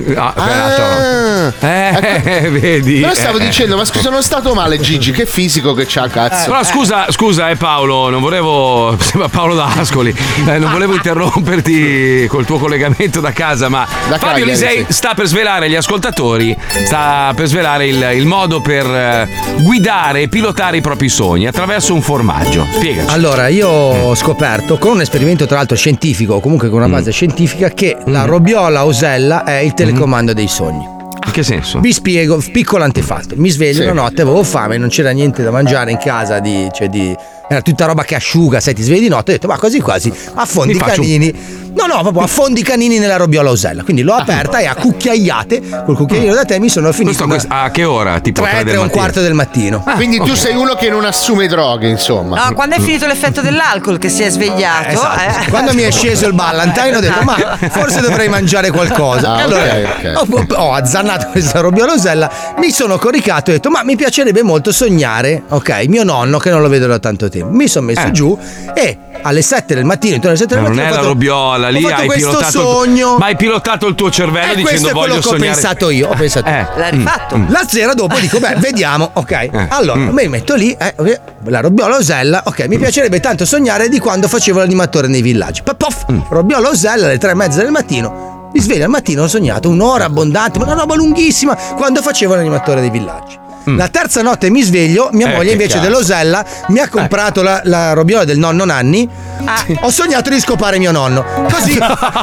No, Ah, eh, ecco. vedi. Però stavo Eh. dicendo, ma scusa, sono stato male, Gigi. Che fisico che c'ha, cazzo. Però scusa, scusa, eh Paolo, non volevo. Sembra Paolo D'Ascoli. Eh, non volevo interromperti col tuo collegamento da casa, ma Da Fabio Cagliari, Lisei sì. sta per svelare agli ascoltatori, sta per svelare il, il modo per eh, guidare e pilotare i propri sogni attraverso un formaggio. Spiegaci. Allora, io ho scoperto con un esperimento tra l'altro scientifico, o comunque con una base scientifica, che la robiola Osella è il telecomando dei sogni. In che senso? Vi spiego, piccolo antefatto. Mi sveglio Sì. una notte, avevo fame, non c'era niente da mangiare in casa, di, cioè di, era tutta roba che asciuga, sai, ti svegli di notte, ho detto, ma così quasi affondi Mi i faccio un- canini. No, no, proprio affondi i canini nella robiola Osella. Quindi l'ho aperta e a cucchiaiate, col cucchiaino da te mi sono finito. Questo, questo- a che ora? Tipo tre, tre del tre e un mattino? quarto del mattino. Quindi tu sei uno che non assume droghe, insomma. No, quando è finito l'effetto dell'alcol che si è svegliato. Esatto. eh. Quando mi è sceso il Ballantine ho detto ma forse dovrei mangiare qualcosa. Ah, allora ok, ok. Ho, ho azzannato questa robiola Osella, mi sono coricato e ho detto ma mi piacerebbe molto sognare, ok, mio nonno che non lo vedo da tanto tempo. Mi sono messo Eh. giù e alle sette del mattino, intorno alle sette del Ma non mattino è ho la fatto- robiola, ho lì fatto hai questo pilotato, sogno. il, ma hai pilotato il tuo cervello Eh, dicendo questo è quello voglio che ho sognare. pensato io, ho pensato. Eh. L'ha rifatto. La sera dopo dico, beh, vediamo, ok. Allora, Mm. mi metto lì, eh, ok, la robiola Osella, ok, mi piacerebbe tanto sognare di quando facevo l'animatore nei villaggi. Poi, pof, Mm. robiola Osella alle tre e mezza del mattino. Mi sveglio al mattino, ho sognato un'ora abbondante, ma una roba lunghissima, quando facevo l'animatore dei villaggi. La terza notte mi sveglio, mia Mm. Eh, moglie che invece cazzo. dell'Osella mi ha comprato la, la robiola del nonno Nanni. Ho sognato di scopare mio nonno. Così,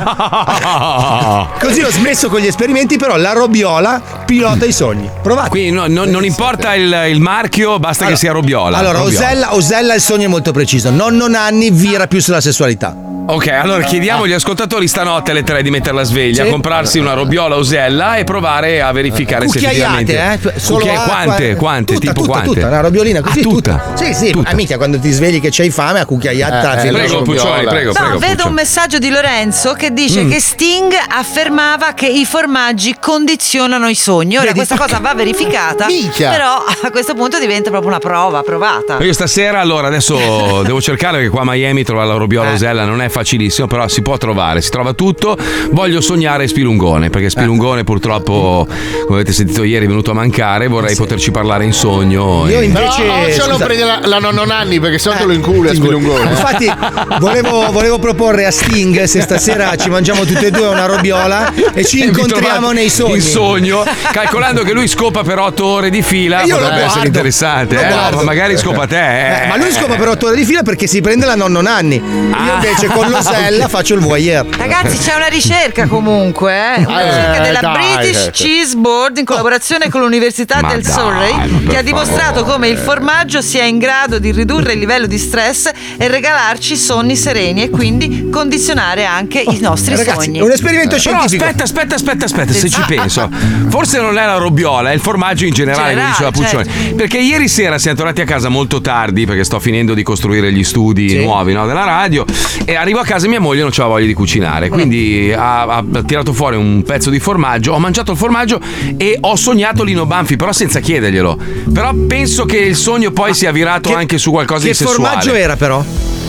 così ho smesso con gli esperimenti, però la robiola pilota i sogni. Provate. Quindi no- no- non importa il, il marchio, basta che sia robiola. Allora, Robiola. Osella, Osella il sogno è molto preciso. Nonno Nanni vira più sulla sessualità. Ok, allora chiediamo agli ascoltatori stanotte alle tre di mettere la sveglia, Sì. comprarsi una robiola Osella e provare a verificare se Cucchiaiate, effettivamente. eh? Solo Cucchiai- acqua, quante? eh. Quante? Tutta, tipo tutta, quante? tutta, una robiolina così, Ah, tutta? tutta. Sì, sì, Tutta. ah, minchia, quando ti svegli che c'hai fame a cucchiaiata te la Eh, fili prego, nella Puccioni, robiola. prego, No, prego. vedo Puccio. un messaggio di Lorenzo che dice Mm. che Sting affermava che i formaggi condizionano i sogni. Ora Vedi? questa cosa va verificata, Minchia. però a questo punto diventa proprio una prova provata. Io stasera allora adesso devo cercare perché qua a Miami trovare la robiola Osella non è facilissimo, però si può trovare, si trova tutto. Voglio sognare Spilungone perché Spilungone purtroppo, come avete sentito ieri, è venuto a mancare. Vorrei poterci parlare in sogno. Io e- invece- Però occhio a non scusa. prendere la, la nonno Nanni perché sennò te lo inculi a Sì, Spilungone. Infatti, volevo, volevo proporre a Sting se stasera ci mangiamo tutte e due una robiola e ci Vi incontriamo trovate nei sogni. In sogno, calcolando che lui scopa per otto ore di fila, E io lo potrebbe essere guardo, interessante. lo Eh, no, guardo. ma magari scopa te. Eh, ma lui scopa per otto ore di fila perché si prende la nonno Nanni. Io Ah. invece con l'Osella faccio il voyeur. Ragazzi, c'è una ricerca comunque, eh? una Eh, ricerca della dai, British eh. Cheese Board in collaborazione con l'Università Ma del dai, Surrey, ma per che ha dimostrato favore. come il formaggio sia in grado di ridurre il livello di stress e regalarci sonni sereni e quindi condizionare anche i nostri Ragazzi, sogni. è un esperimento Però scientifico. aspetta, aspetta, aspetta, aspetta, se ci penso. Forse non è la robiola, è il formaggio in generale, come diceva Generale, Puccioni. Perché ieri sera siamo tornati a casa molto tardi, perché sto finendo di costruire gli studi Sì. nuovi, no, della radio. E arrivo a casa e mia moglie non c'aveva voglia di cucinare. Quindi ha, ha tirato fuori un pezzo di formaggio. Ho mangiato il formaggio e ho sognato Lino Banfi, però senza chiederglielo. Però penso che il sogno poi sia virato Che- anche su qualcosa Che di sessuale. formaggio era però?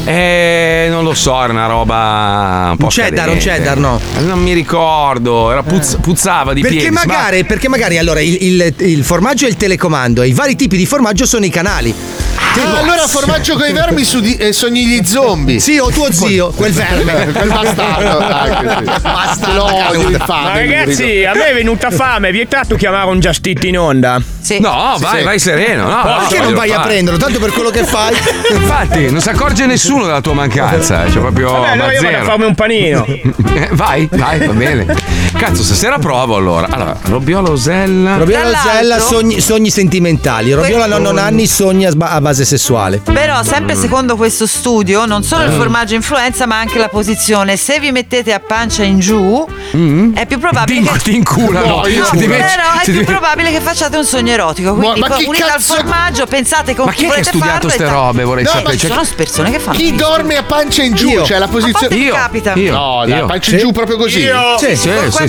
Eh, non lo so, era una roba un po' Un cheddar, un scadente. cheddar, no? Non mi ricordo, era puzz- puzzava di Perché piedi. magari, perché magari allora il, il- il formaggio è il telecomando e i vari tipi di formaggio sono i canali. Ah, allora formaggio con i vermi su di, eh, sogni gli zombie. Sì, o tuo zio, quel verme. Quel bastardo. Anche, sì. Bastardo, Lo odio, caduta. infame, Ma ragazzi, a me è venuta fame, è vietato chiamare un Just Eat in onda. Sì. No, vai, sì. vai sereno. No, no, Perché voglio non vai a fare. prenderlo? Tanto per quello che fai. Infatti, non si accorge nessuno della tua mancanza. Cioè, proprio. Vabbè, allora ma io vado a zero. farmi un panino. Eh, vai, vai, va bene. Cazzo, stasera provo allora. Allora, Robiola Osella. Robiola Tra Osella, l'altro- sogni, sogni sentimentali. Robiola nonno Nanni, sogni a, sba- a base sessuale. Però sempre secondo questo studio non solo il Mm. formaggio influenza ma anche la posizione. Se vi mettete a pancia in giù è più probabile Ti, che ti inculano. No, io No, Se ti metti- però è se ti più metti- probabile che facciate un sogno erotico. Quindi Ma- ma chi unite al cazzo- formaggio, pensate con Ma chi chi è che ha volete studiato farlo. e ste ta- robe? Vorrei No, ma sapere. Ci Cioè, sono persone che fanno. Chi dorme a pancia in giù? Io. Cioè la A posizione. volte mi io, capita. io, No, dai, io. pancia in giù proprio così. Io. Sì, Sì, Con sì, qualche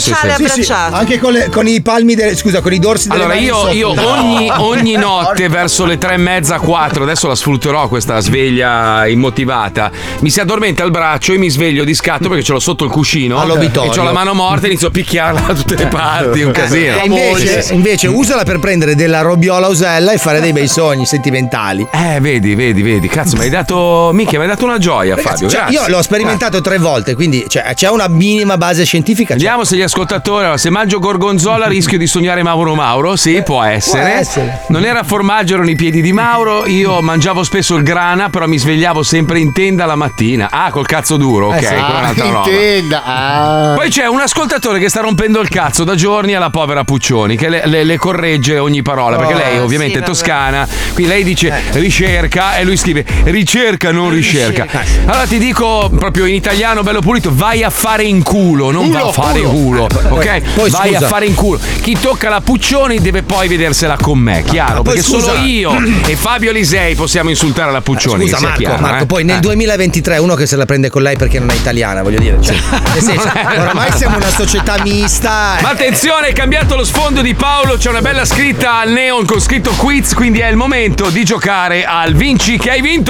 bracciale Sì, sì, abbracciato. anche con, le- con i palmi delle, scusa, con i dorsi delle Allora mani io, sotto. io No. ogni, ogni notte verso le tre e mezza, quattro, adesso la sfrutterò questa sveglia immotivata, mi si addormenta il braccio e mi sveglio di scatto perché ce l'ho sotto il cuscino All'obitorio. e ho la mano morta e inizio a picchiarla da tutte le parti, un casino. E invece, invece usala per prendere della robbiola usella e fare dei bei sogni sentimentali. Eh, vedi, vedi, vedi, cazzo, mi hai dato, minchia, mi hai dato una gioia, Fabio. Cioè, grazie. io l'ho sperimentato tre volte, quindi cioè, c'è una minima base scientifica. Cioè. Vediamo se gli ascoltatori, allora, se mangio gorgonzola rischio di sognare Mauro Mauro, sì, può essere. può essere. Non era formaggio, erano i piedi di Mauro, io mangiavo spesso il grana, però mi svegliavo sempre in tenda la mattina. Ah, col cazzo duro, ok, Eh sì. quella è un'altra in roba. tenda. Ah. Poi c'è un ascoltatore che sta rompendo il cazzo da giorni alla povera Puccioni, che le, le- le corregge ogni parola, perché Oh, lei ovviamente sì, è vabbè. toscana, quindi lei dice ricerca e lui scrive ricerca, non ricerca. Allora ti dico proprio in italiano bello pulito, vai a fare in culo, non va a fare culo, ok? Poi, vai scusa. a fare in culo. Chi tocca la Puccioni deve poi vedersela con me, chiaro? Poi, Perché scusa. solo io e Fabio Lisei possiamo insultare la Puccioni. Scusa che sia Marco, chiaro, Marco eh? poi nel Eh. duemilaventitré uno che se la prende con lei perché non è italiana, voglio dire. Cioè, nel senso, oramai siamo una società mista. Ma attenzione, è cambiato lo sfondo di Paolo, c'è una bella scritta al neon con scritto quiz, quindi è il momento di giocare al Vinci che hai vinto!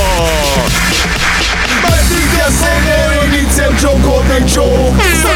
Mettiti a sedere, inizia il gioco del gioco.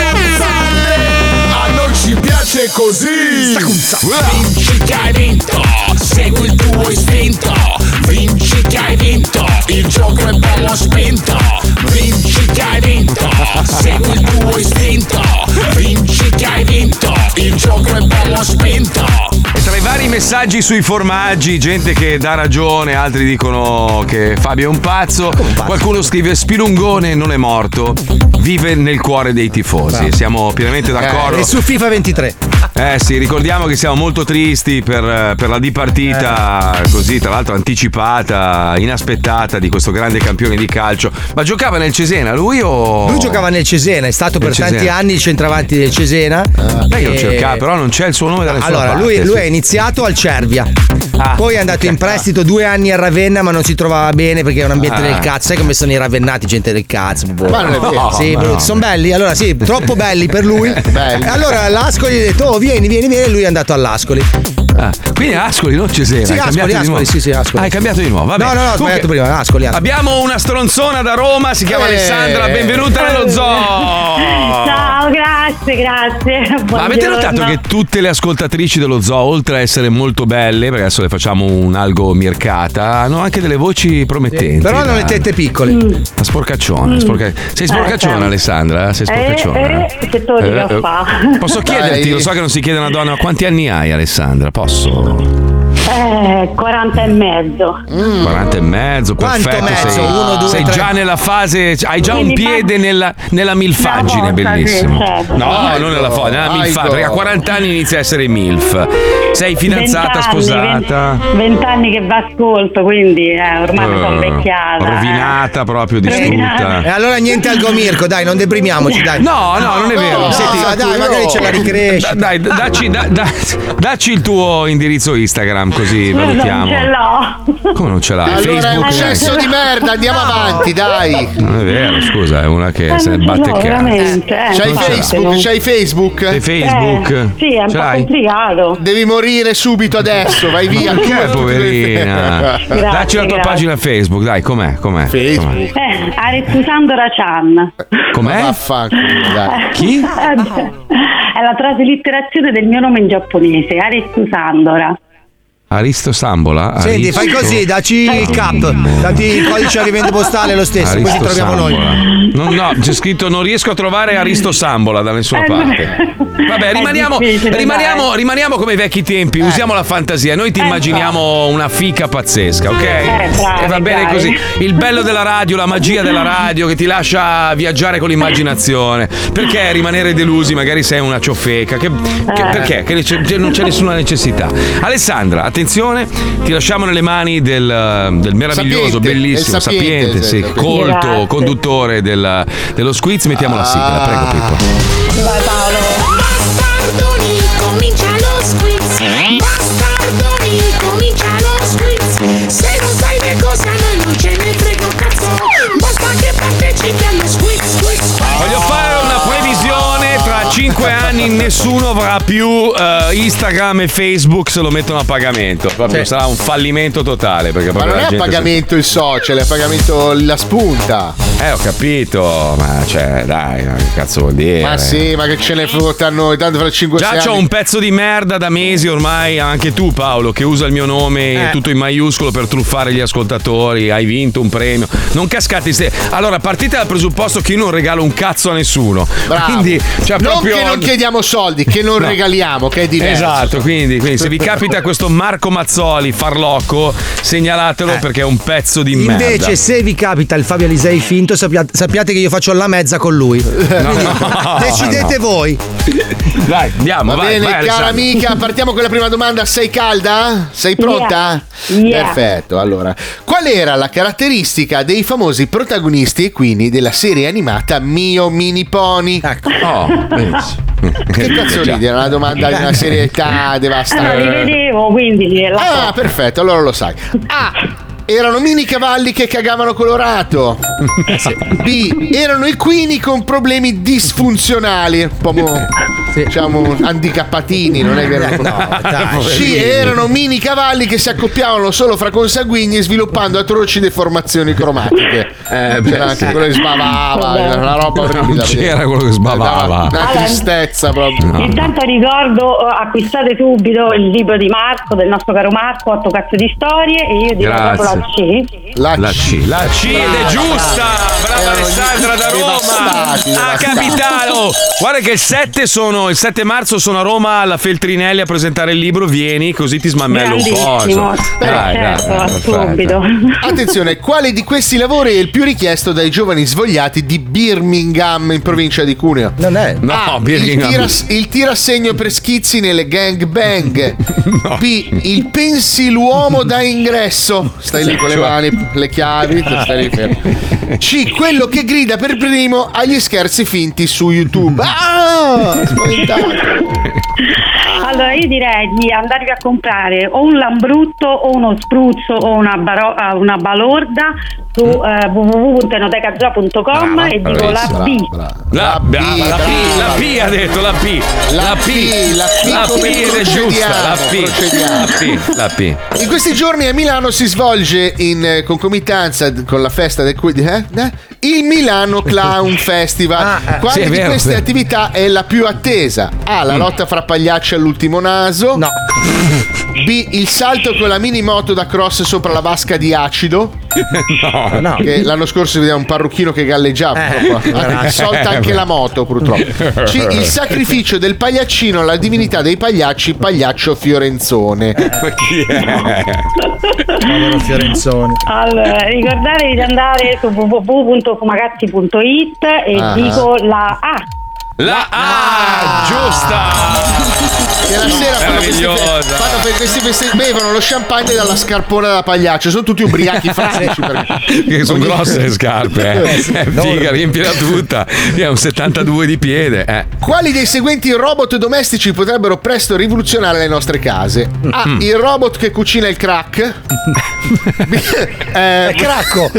A noi ci piace così. Vinci che hai vinto, segui il tuo istinto. Vinci che hai vinto, il gioco è bello spinto. Vinci che hai vinto, segui il tuo istinto. Vinci che hai vinto, il gioco è bello spinto. E tra i vari messaggi sui formaggi, gente che dà ragione, altri dicono che Fabio è un pazzo, qualcuno scrive Spilungone non è morto, vive nel cuore dei tifosi. Bravo. Siamo pienamente d'accordo. E su FIFA ventitré. Eh sì, ricordiamo che siamo molto tristi per, per la dipartita così, tra l'altro anticipata, inaspettata di questo grande campione di calcio. Ma giocava nel Cesena lui o... Lui giocava nel Cesena, è stato Nel per tanti Cesena. anni il centravanti del Cesena. Lei non E- cercava, però non c'è il suo nome da nessuna Allora, parte. lui, sì. lui è iniziato al Cervia. Ah, Poi è andato ok. in prestito due anni a Ravenna, ma non si trovava bene perché è un ambiente Ah. del cazzo. Sai come sono i ravennati, gente del cazzo. proprio. Ma non è vero. Sì, ma no. sono belli. Allora, sì, troppo belli per lui. Belli. Allora l'Ascoli gli ha detto: oh, vieni, vieni, vieni. E lui è andato all'Ascoli. Ah, quindi Ascoli, non Cesena. Sì, hai Ascoli, cambiato di Ascoli, nuovo. sì, sì, Ascoli. Ah, hai cambiato di nuovo, vabbè. No, no, no, ho Comunque, sbagliato prima. Ascoli, Ascoli. abbiamo una stronzona da Roma, si chiama Eh. Alessandra, benvenuta nello zoo. Ciao, grazie, grazie. Ma avete notato Buongiorno. che tutte le ascoltatrici dello zoo, oltre a essere molto belle, perché adesso le facciamo un algo mircata, hanno anche delle voci promettenti. Però hanno le la- tette piccole. La sporcacciona, sporca- sei sporcacciona, Eh, sì. Alessandra? Sei sporcacciona? Eh, eh, che te lo dico a fa? Posso chiederti, Dai. lo so che non si chiede a una donna, quanti anni hai, Alessandra? Posso? Eh, quaranta e mezzo. quaranta e mezzo, Quanto perfetto. mezzo? Sei, Uno, due, sei tre. già nella fase, hai già un Quindi piede fa- nella, nella milfaggine, Una volta, bellissimo. sì, certo. No, Aigo, non nella foto, nella milfaggine, aigo. perché a quaranta anni inizia a essere milf. Sei fidanzata, Vent'anni, sposata? vent- Vent'anni che va ascolto, quindi eh, ormai mi sono Eh, vecchiata. rovinata proprio, distrutta. E allora niente algo Mirko, dai, non deprimiamoci, dai. No, no, non è vero. No, Senti, dai, magari ce la ricresci. Da- Dai, dacci, da- da- dacci il tuo indirizzo Instagram così Eh, Non valutiamo. ce l'ho. Come non ce l'hai? Allora è un Facebook? cesso di merda, andiamo avanti, dai. Non è vero, scusa, è una che Eh, se ne non ce batte l'ho, il cazzo. veramente. Eh, C'hai infatti, Facebook? non- C'hai Facebook? C'hai Facebook? Eh, sì, è un Ce po' l'hai? complicato. Devi morire subito adesso, vai via. Perché, Tu- poverina? Grazie, Dacci la tua grazie. pagina Facebook, dai, com'è? Com'è? Facebook. Com'è? Eh, Aretsusandora Chan. Com'è? Vaffanculo, dai. Chi? È la traslitterazione del mio nome in giapponese, Aretsusandora. Aristo Sambola? Senti, Aristo- fai così, dacci il cap, datti il codice a rivende postale lo stesso, poi ti Aristo troviamo Sambola. noi. No, no, c'è scritto non riesco a trovare Aristo Sambola da nessuna Eh, parte. Vabbè, è rimaniamo, difficile, rimaniamo, dai. rimaniamo come ai vecchi tempi, usiamo la fantasia. Noi ti Eh, immaginiamo una fica pazzesca, ok? bravi, E va bene bravi. così. Il bello della radio, la magia della radio che ti lascia viaggiare con l'immaginazione. Perché rimanere delusi magari sei una ciofeca? Che, che- Eh. perché? Che nece- non c'è nessuna necessità. Alessandra, attenzione, ti lasciamo nelle mani del, del meraviglioso, Sapiente, bellissimo, il sapiente, sapiente, sì, sì. colto Grazie. conduttore del- dello squiz. Mettiamo la sigla, prego Pippo. Vai Paolo. Bastardoni, comincia lo squiz. Bastardoni, comincia lo squiz. Se non sai le cose a noi non ce ne frega un cazzo. Basta che partecipi allo squiz, squiz. Voglio fare una previsione tra cinque anni nessuno avrà più uh, Instagram e Facebook se lo mettono a pagamento. Proprio Sì. sarà un fallimento totale. Perché Ma proprio non la è a gente pagamento il social, è a pagamento la spunta. Eh, ho capito, ma cioè, dai, ma che cazzo vuol dire? Ma sì, ma che ce ne frutta a noi, tanto fra cinque sei Già c'ho anni. un pezzo di merda da mesi ormai, anche tu Paolo, che usa il mio nome Eh. tutto in maiuscolo per truffare gli ascoltatori. Hai vinto un premio. Non cascate ste. Allora, partite dal presupposto che io non regalo un cazzo a nessuno. Bravo. Quindi, cioè, non proprio. che non chiediamo soldi, che non No. regaliamo, che è diverso. Esatto, quindi, quindi se vi capita questo Marco Mazzoli farlocco, segnalatelo perché è un pezzo di merda. Invece, se vi capita il Fabio Alisei finto, sappiate, sappiate che io faccio la mezza con lui. Quindi, decidete no. voi. Dai, andiamo, Va vai, bene, vai, cara Alessandro. amica, partiamo con la prima domanda. Sei calda? Sei pronta? Yeah. Yeah. Perfetto, allora. Qual era la caratteristica dei famosi protagonisti equini della serie animata Mio Mini Pony? Oh, benissimo. Che cazzo ridi? Era una domanda di una serietà devastante. Allora, li vedevo, quindi la Ah, perfetto, allora lo sai. A. Erano mini cavalli che cagavano colorato. B. Erano equini con problemi disfunzionali. Un po' mo- diciamo handicappatini, non è che erano. No, dai. C. Erano mini cavalli che si accoppiavano solo fra consanguigni sviluppando atroci deformazioni cromatiche. Eh, C'era anche quello che sbavava, era una roba orribile. Non c'era quello che sbavava. Una tristezza proprio. Intanto ricordo, eh, acquistate subito il libro di Marco, del nostro caro Marco, otto cazzo di storie, e io direi proprio la C. La La C, la C ed è giusta. Brava Alessandra da Roma. Devastati, A devastati. Capitale. Oh, guarda che il sette sono il sette marzo sono a Roma alla Feltrinelli a presentare il libro. Vieni, così ti smammello un po'. Grandissimo. insomma. Beh, Dai, certo, dai, perfetto. subito. Attenzione, quale di questi lavori è il più richiesto dai giovani svogliati di Birmingham in provincia di Cuneo? Non è. No, A. Il, Birmingham. tiras- il tirassegno per schizzi nelle gang bang. B. Il pensiluomo da ingresso. Stai lì con le mani, le chiavi, te stai lì fermo. C. Quello che grida per primo agli scherzi finti su YouTube. Ah! Spaventato. Allora io direi di andarvi a comprare o un lambrutto o uno spruzzo o una, baro- eh, una balorda su eh, w w w punto enotecagia punto com e dico la B. La, brava, la P, la P ha detto la P. La P, la P la come P ed è giusta. La P, procediamo. la P, la P. In questi giorni a Milano si svolge in eh, concomitanza con la festa del qui- eh? Eh? il Milano Clown Festival. Ah, eh. Quale Sì, è di vero, queste sì. attività è la più attesa? A. La lotta fra pagliacci all'ultimo naso. No. B. Il salto con la mini moto da cross sopra la vasca di acido. No, No. Che l'anno scorso si vedeva un parrucchino che galleggiava. Eh, proprio. grazie. Solta anche la moto, purtroppo. C. Il sacrificio del pagliaccino alla divinità dei pagliacci, Pagliaccio Fiorenzone. Ma chi è? Povero Fiorenzoni. Allora, ricordatevi di andare su w w w punto fumagazzi punto it e Ah. dico la A. La A, giusta. Che la sera fanno questi, Meravigliosa. fanno per questi festi, bevono lo champagne dalla scarpona da pagliaccio. Sono tutti ubriachi fradici. perché- Che sono ogni- grosse le scarpe, eh. È figa, riempila tutta. È un settantadue di piede, eh. Quali dei seguenti robot domestici potrebbero presto rivoluzionare le nostre case? A. Mm. Il robot che cucina il crack. B. eh, Cracco.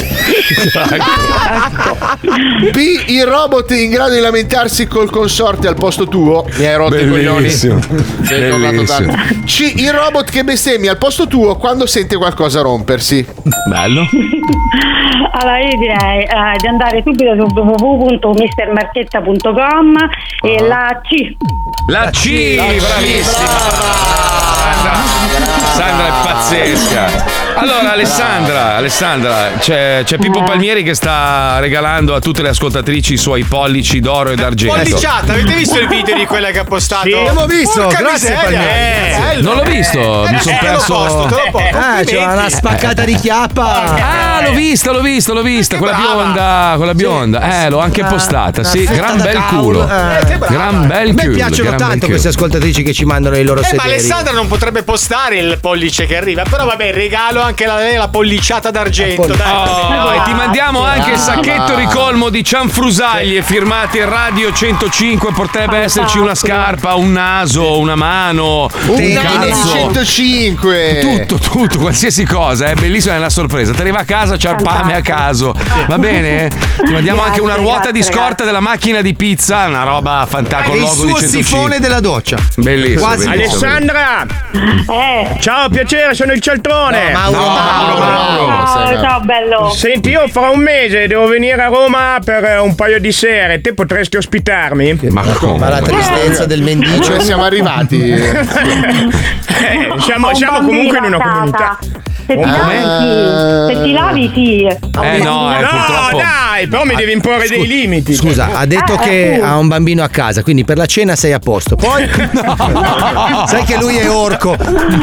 B. Il robot in grado di lamentarsi col consorte al posto tuo. Mi hai rotto i coglioni. Bellissimo. Sei tornato Bellissimo. tanto. C. Il robot che bestemmia al posto tuo quando sente qualcosa rompersi. Bello. Allora io direi eh, di andare subito su w w w punto mister marchetta punto com e la C. La C, bravissima. Sandra è pazzesca. Allora Alessandra, Alessandra, c'è, c'è Pippo Palmieri che sta regalando a tutte le ascoltatrici i suoi pollici d'oro e d'argento. Polliciata, avete visto il video di quella che ha postato? Sì, abbiamo visto, Porca grazie, miseria, Palmieri. è bello. Non l'ho visto, Eh, mi son eh, te lo perso- posto, te lo posto. Ah, c'è una spaccata di chiappa. Ah, l'ho vista, l'ho vista, l'ho vista, quella brava. bionda, quella bionda. Eh, l'ho anche Una- postata, una sì, fetta gran da bel cavolo. culo. Eh, che brava. Gran bel A me culo. piacciono gran bel tanto culo. queste ascoltatrici che ci mandano i loro Eh, ma sederi. Alessandra non potrebbe postare il pollice che arriva, però vabbè, regalo anche la, la polliciata d'argento. Dai. Oh, e ti mandiamo anche il sacchetto ricolmo di cianfrusaglie firmate Radio centocinque. Potrebbe esserci una scarpa, un naso, una mano, Un un nano di cazzo. centocinque. Tutto, tutto, qualsiasi cosa, è bellissima, è una sorpresa. Ti arriva a casa, c'è il pane a caso. Va bene? Ti mandiamo anche una ruota di scorta della macchina di pizza, una roba fantastica. Il suo sifone della doccia. Bellissimo. Quasi bellissimo. Alessandra! Eh. Ciao, piacere, sono il Cialtrone. No, Mauro, no, Mauro, Mauro. Ciao, ciao bello. Senti, io fra un mese devo venire a Roma per un paio di sere. Te potresti ospitarmi? Ma come? Ma la tristezza del mendicio. Dove siamo arrivati? Eh, siamo, Ho un siamo comunque in una bambino a comunità. casa. Se ti Oh, lavi sì. Se ti lavi sì. Eh no, eh, no, purtroppo. dai, però mi devi imporre dei limiti. Scusa, ha detto Eh, che eh, ha un bambino a casa, quindi per la cena sei a posto. Poi sai che lui è orco.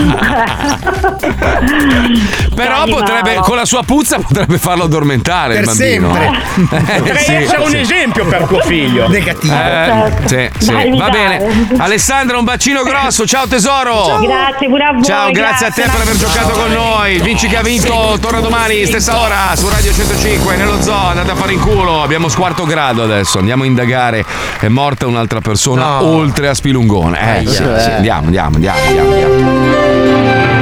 Però Dai, potrebbe, Mauro. con la sua puzza potrebbe farlo addormentare Per il bambino. sempre. Eh, Potrei sì, essere un sì. esempio per tuo figlio. Negativo. Eh, sì, sì. Dai, Va dai. bene. Alessandra, un bacino grosso. Ciao tesoro. Grazie pure a voi. Ciao, grazie a te per aver giocato con noi. Vinci che ha vinto, torna domani, stessa ora, su Radio centocinque, nello zoo, andate a fare in culo. Abbiamo squarto grado adesso, andiamo a indagare. È morta un'altra persona No. oltre a Spilungone. Eh, Aia. sì, sì. Andiamo, andiamo, andiamo, andiamo, andiamo.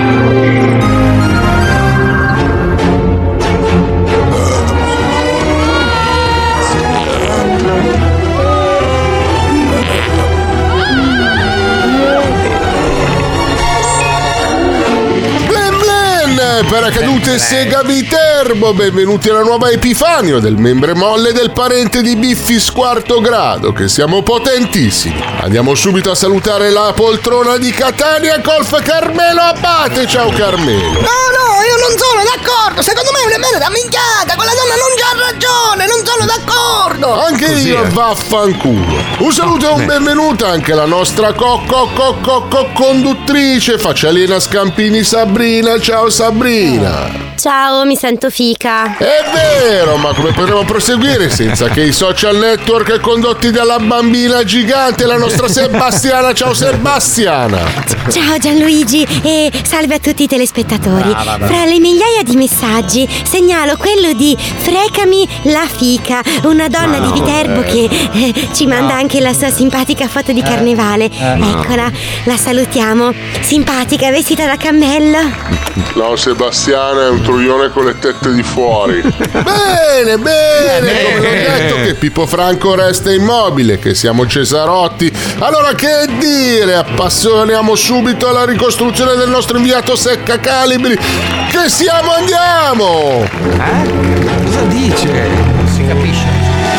Blen blen, paracadute Sega Viterbo, benvenuti alla nuova Epifanio del membre molle del parente di Biffis quarto grado, che siamo potentissimi. Andiamo subito a salutare la poltrona di Catania, Golf Carmelo Abate. Ciao Carmelo. No, no, io non sono d'accordo. Secondo me è una merda minchiata. Quella donna non c'ha ragione. Non sono d'accordo. Anche io, vaffanculo. Un saluto e un benvenuto anche alla nostra cocco cocco co conduttrice Faccialina Scampini Sabrina. Ciao Sabrina. Ciao, mi sento fica. È vero, ma come potremo proseguire senza che i social network condotti dalla bambina gigante, la nostra Sebastiana. Ciao Sebastiana. Ciao Gianluigi e salve a tutti i telespettatori. Brava, brava. Fra le migliaia di messaggi segnalo quello di Frecami la fica, una donna Ma di no, Viterbo eh. che eh, ci manda No. anche la sua simpatica foto di carnevale. no. Eccola, la salutiamo. Simpatica, vestita da cammello. No, Sebastiana è un truglione con le tette di fuori. Bene, bene, come l'ho detto che Pippo Franco resta immobile, che siamo Cesarotti. Allora che dire, appassioniamo subito alla ricostruzione del nostro inviato Secca Calibri. Che siamo, andiamo! Eh? Cosa dice? Non si capisce.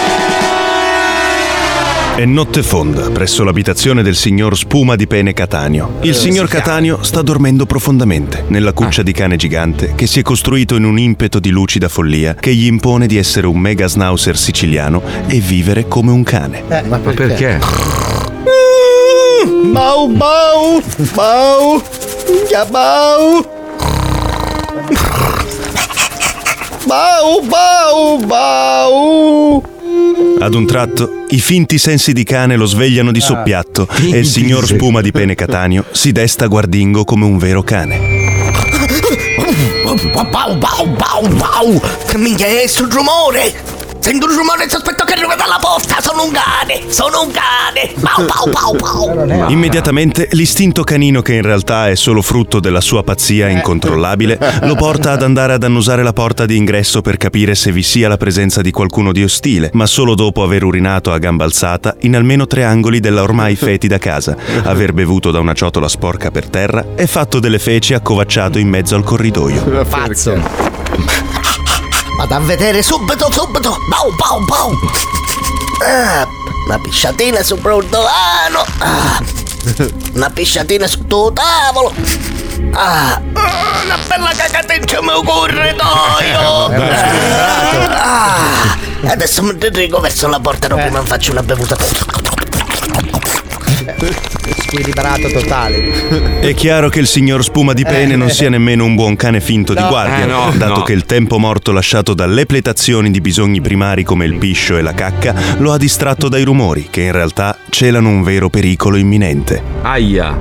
È notte fonda presso l'abitazione del signor Spuma di Pene Catania. Il signor Catania sta dormendo profondamente nella cuccia di cane gigante che si è costruito in un impeto di lucida follia che gli impone di essere un mega schnauzer siciliano e vivere come un cane. Eh, ma perché? Bau bau bau. Ya bau. Bau bau bau. Ad un tratto, i finti sensi di cane lo svegliano di soppiatto e il signor Spuma di Pene Catania si desta guardingo come un vero cane. Bau bau bau bau. Che minchia è sto rumore? Sento un rumore e sospetto che arriva dalla posta. Sono un cane, sono un cane. Bau bau bau bau. Immediatamente l'istinto canino, che in realtà è solo frutto della sua pazzia incontrollabile, lo porta ad andare ad annusare la porta di ingresso per capire se vi sia la presenza di qualcuno di ostile, ma solo dopo aver urinato a gamba alzata in almeno tre angoli della ormai fetida casa, aver bevuto da una ciotola sporca per terra e fatto delle feci accovacciato in mezzo al corridoio. Pazzo. Vado a vedere subito, subito. Bau, bau, bau. Ah, una pisciatina sopra un divano. Ah, una pisciatina sotto il tavolo. Ah, una bella cagata in cima al corridoio. Ah, adesso mi dirigo verso la porta, no, prima faccio una bevuta. Squilibrato totale. È chiaro che il signor Spuma di Pene non sia nemmeno un buon cane finto di No. guardia, Eh, no, dato no. che il tempo morto lasciato dalle pletazioni di bisogni primari come il piscio e la cacca lo ha distratto dai rumori, che in realtà celano un vero pericolo imminente. Aia.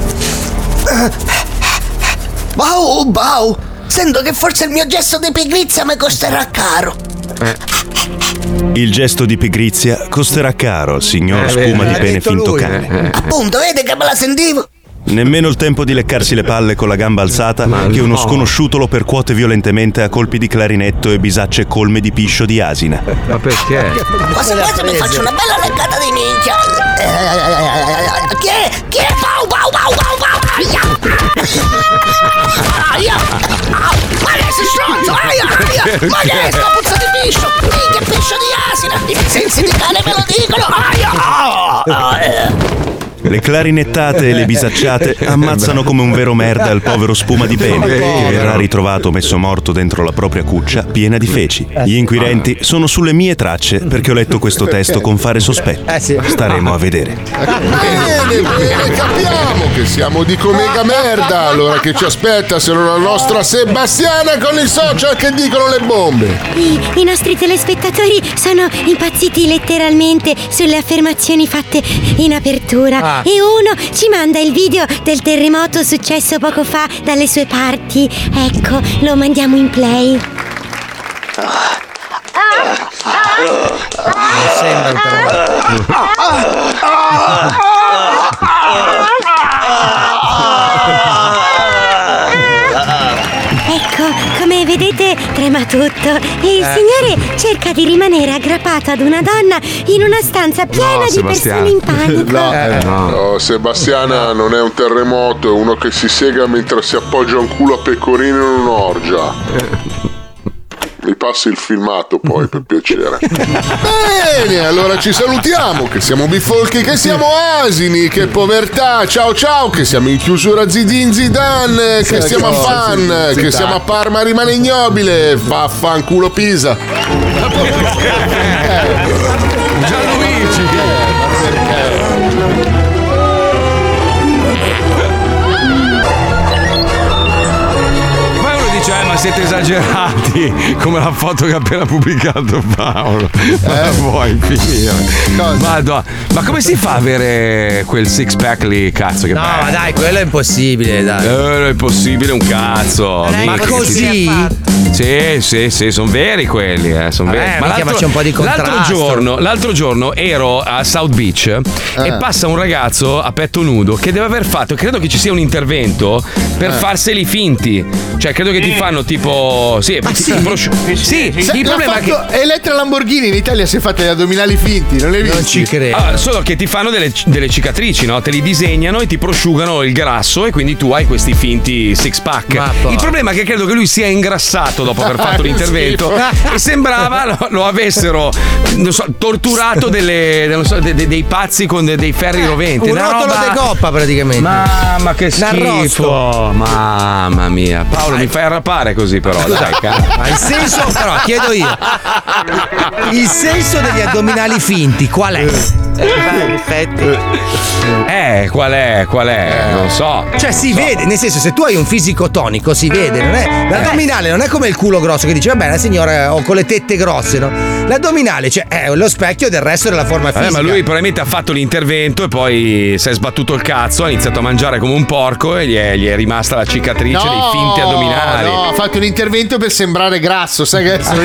Bau, bau. Sento che forse il mio gesto di pigrizia mi costerà caro. Il gesto di pigrizia costerà caro al signor Eh, Spuma vedi, di ha Pene detto finto lui, cane. eh, eh. Appunto, vedi che me la sentivo? Nemmeno il tempo di leccarsi le palle con la gamba alzata che uno sconosciuto lo percuote violentemente a colpi di clarinetto e bisacce colme di piscio di asina. Ma perché? Quasi quasi mi faccio una bella leccata di minchia. Chi è? Chi è? Pau, pau, pau, pau, pau. Aia. Ma che sei stronzo? Aia, aia. Ma che è sta puzza di piscio? Minchia, piscio di asina. I sensi di cane me lo dicono. Aia. Le clarinettate e le bisacciate ammazzano come un vero merda il povero Spuma di Bene, che verrà ritrovato messo morto dentro la propria cuccia piena di feci. Gli inquirenti sono sulle mie tracce perché ho letto questo testo con fare sospetto. Staremo a vedere. Bene, bene, capiamo che siamo di comega merda. Allora che ci aspetta se non la nostra Sebastiana con i social che dicono le bombe? I, I nostri telespettatori sono impazziti letteralmente sulle affermazioni fatte in apertura. Ah. E uno ci manda il video del terremoto successo poco fa dalle sue parti. Ecco, lo mandiamo in play. Non sembra Ecco, come vedete trema tutto e il Eh. signore cerca di rimanere aggrappato ad una donna in una stanza piena di persone in panico. No, no, Sebastiana non è un terremoto, è uno che si sega mentre si appoggia un culo a pecorino in un'orgia. Mi passi il filmato poi, per piacere. Bene, allora ci salutiamo, che siamo bifolchi, che siamo asini, che povertà, ciao ciao, che siamo in chiusura Zidin Zidane, che Sì, siamo a sì, Fan, sì, sì, che sì, siamo dai. a Parma rimane ignobile, vaffanculo Pisa. Gianluigi. Poi uno dice, eh, ma siete esagerati, come la foto che ha appena pubblicato Paolo. Ma vuoi finire? Madonna. Ma come si fa a avere quel six pack lì, cazzo? Che No, bello. ma dai, quello è impossibile, dai. Eh, è impossibile un cazzo. Ma Mica che così? si- Sì, sì, sì, sono veri quelli, eh, sono Vabbè, veri. minchia, ma c'è un po' di l'altro contrasto. giorno, l'altro giorno ero a South Beach e passa un ragazzo a petto nudo che deve aver fatto, credo che ci sia un intervento per Eh. farseli finti. Cioè, credo che ti fanno tipo. Sì, Ah, ti- sì? ti prosci- sì, Sa- il l'ha problema è che. fatto Elettra Lamborghini in Italia si è fatta gli addominali finti, non le visti? Ah, solo che ti fanno delle, delle cicatrici, no? Te li disegnano e ti prosciugano il grasso e quindi tu hai questi finti six pack. Ma poi. Il problema è che credo che lui sia ingrassato dopo aver fatto l'intervento Schifo. e sembrava lo, lo avessero non so, torturato delle, non so, de- de- dei pazzi con de- dei ferri roventi. Un Una rotolo roba- de coppa praticamente. Mamma che Un arrosto. schifo. Mamma mia. Paolo, mi fai arrapare così però, dai, cazzo. Ma il senso, però, chiedo io. Il senso degli addominali finti qual è? in effetti. Eh, qual è? Qual è? Non so. Cioè si Non so. vede, nel senso, se tu hai un fisico tonico si vede, non è, l'addominale non è come il culo grosso che dice vabbè la signora ho con le tette grosse, no? L'addominale cioè, è lo specchio del resto della forma Vabbè, fisica. ma lui probabilmente ha fatto l'intervento e poi si è sbattuto il cazzo, ha iniziato a mangiare come un porco e gli è, gli è rimasta la cicatrice No, dei finti addominali. No, ha fatto un intervento per sembrare grasso, sai che adesso lui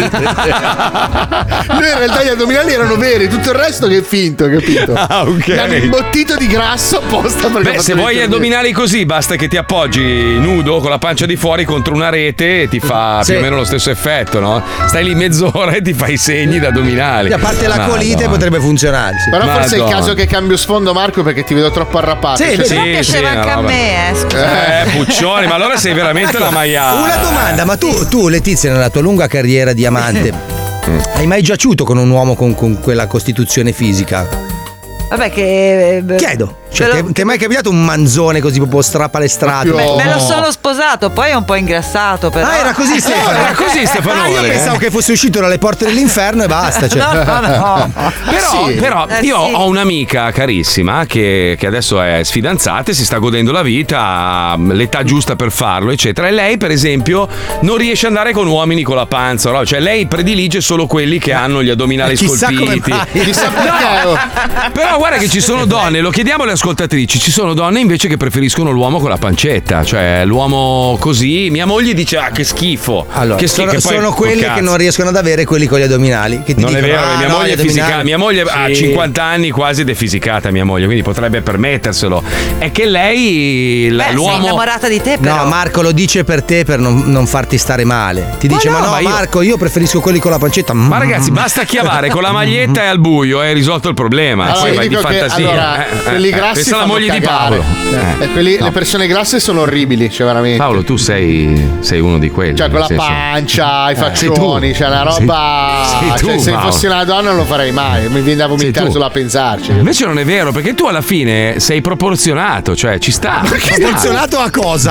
in realtà gli addominali erano veri, tutto il resto che è finto, capito? Ah, ok. L'hanno imbottito di grasso apposta perché ha Beh, fatto se vuoi gli l'intervento. addominali così, basta che ti appoggi nudo con la pancia di fuori contro una rete e ti fa Sì. più o meno lo stesso effetto, no? Stai lì mezz'ora e ti fai i segni da addominali. A parte la Madonna. colite potrebbe funzionare. Sì. Però forse è il Madonna. caso che cambio sfondo, Marco, perché ti vedo troppo arrappato. Sì, Cioè, sì, Però piaceva sì, anche no, a vabbè. me, eh, scusa. Eh, Puccioni, ma allora sei veramente una maiala. Una domanda, ma tu, tu Letizia, nella tua lunga carriera di amante, hai mai giaciuto con un uomo con, con quella costituzione fisica? Vabbè che... eh, Chiedo, cioè, Ve lo- ti, ti è mai capitato un manzone così proprio strapalestrato? Me, me lo sono sposato, poi è un po' ingrassato però. Ah, era così Stefano? era così, Stefanone. Ah, io pensavo che fosse uscito dalle porte dell'inferno e basta. Cioè. No, no, no. Però, Sì. però Eh, io sì. ho un'amica carissima che, che adesso è sfidanzata e si sta godendo la vita, ha l'età giusta per farlo, eccetera. E lei, per esempio, non riesce ad andare con uomini con la panza, no? Cioè, lei predilige solo quelli che hanno gli addominali Chissà come scolpiti. mai. Chissà perché. Però guarda che ci sono donne, lo chiediamo alle ascoltatrici ascoltatrici, ci sono donne invece che preferiscono l'uomo con la pancetta, cioè l'uomo così. Mia moglie dice ah che schifo. Allora, che schifo, sono, che poi, sono quelle oh, che non riescono ad avere quelli con gli addominali. Che ti non dicono, è vero, ah, mia, no, moglie gli è fisica, addominali. mia moglie ha Sì. cinquanta anni quasi ed è fisicata mia moglie, quindi potrebbe permetterselo. È che lei la- Beh, l'uomo sei innamorata di te, però. No, Marco lo dice per te per non, non farti stare male. Ti dice: no, Ma no, ma io- Marco, io preferisco quelli con la pancetta. Ma ragazzi, basta chiavare con la maglietta e al buio e hai risolto il problema. Allora, Poi io vai di dico che, fantasia. allora, Eh, eh, quelli eh, grassi pensa alla fanno moglie di cagare. Paolo. Eh, Eh, quelli- no. Le persone grasse sono orribili, cioè veramente. Paolo, tu sei, sei uno di quelli. Cioè, con la nel senso- pancia, i Eh, sei faccioni, tu. cioè una roba. Sei- sei tu, cioè, se Paolo. fossi una donna non lo farei mai. Mi viene da vomitare tu. solo a pensarci. Invece non è vero, perché tu alla fine sei proporzionato, cioè ci sta. Proporzionato a cosa?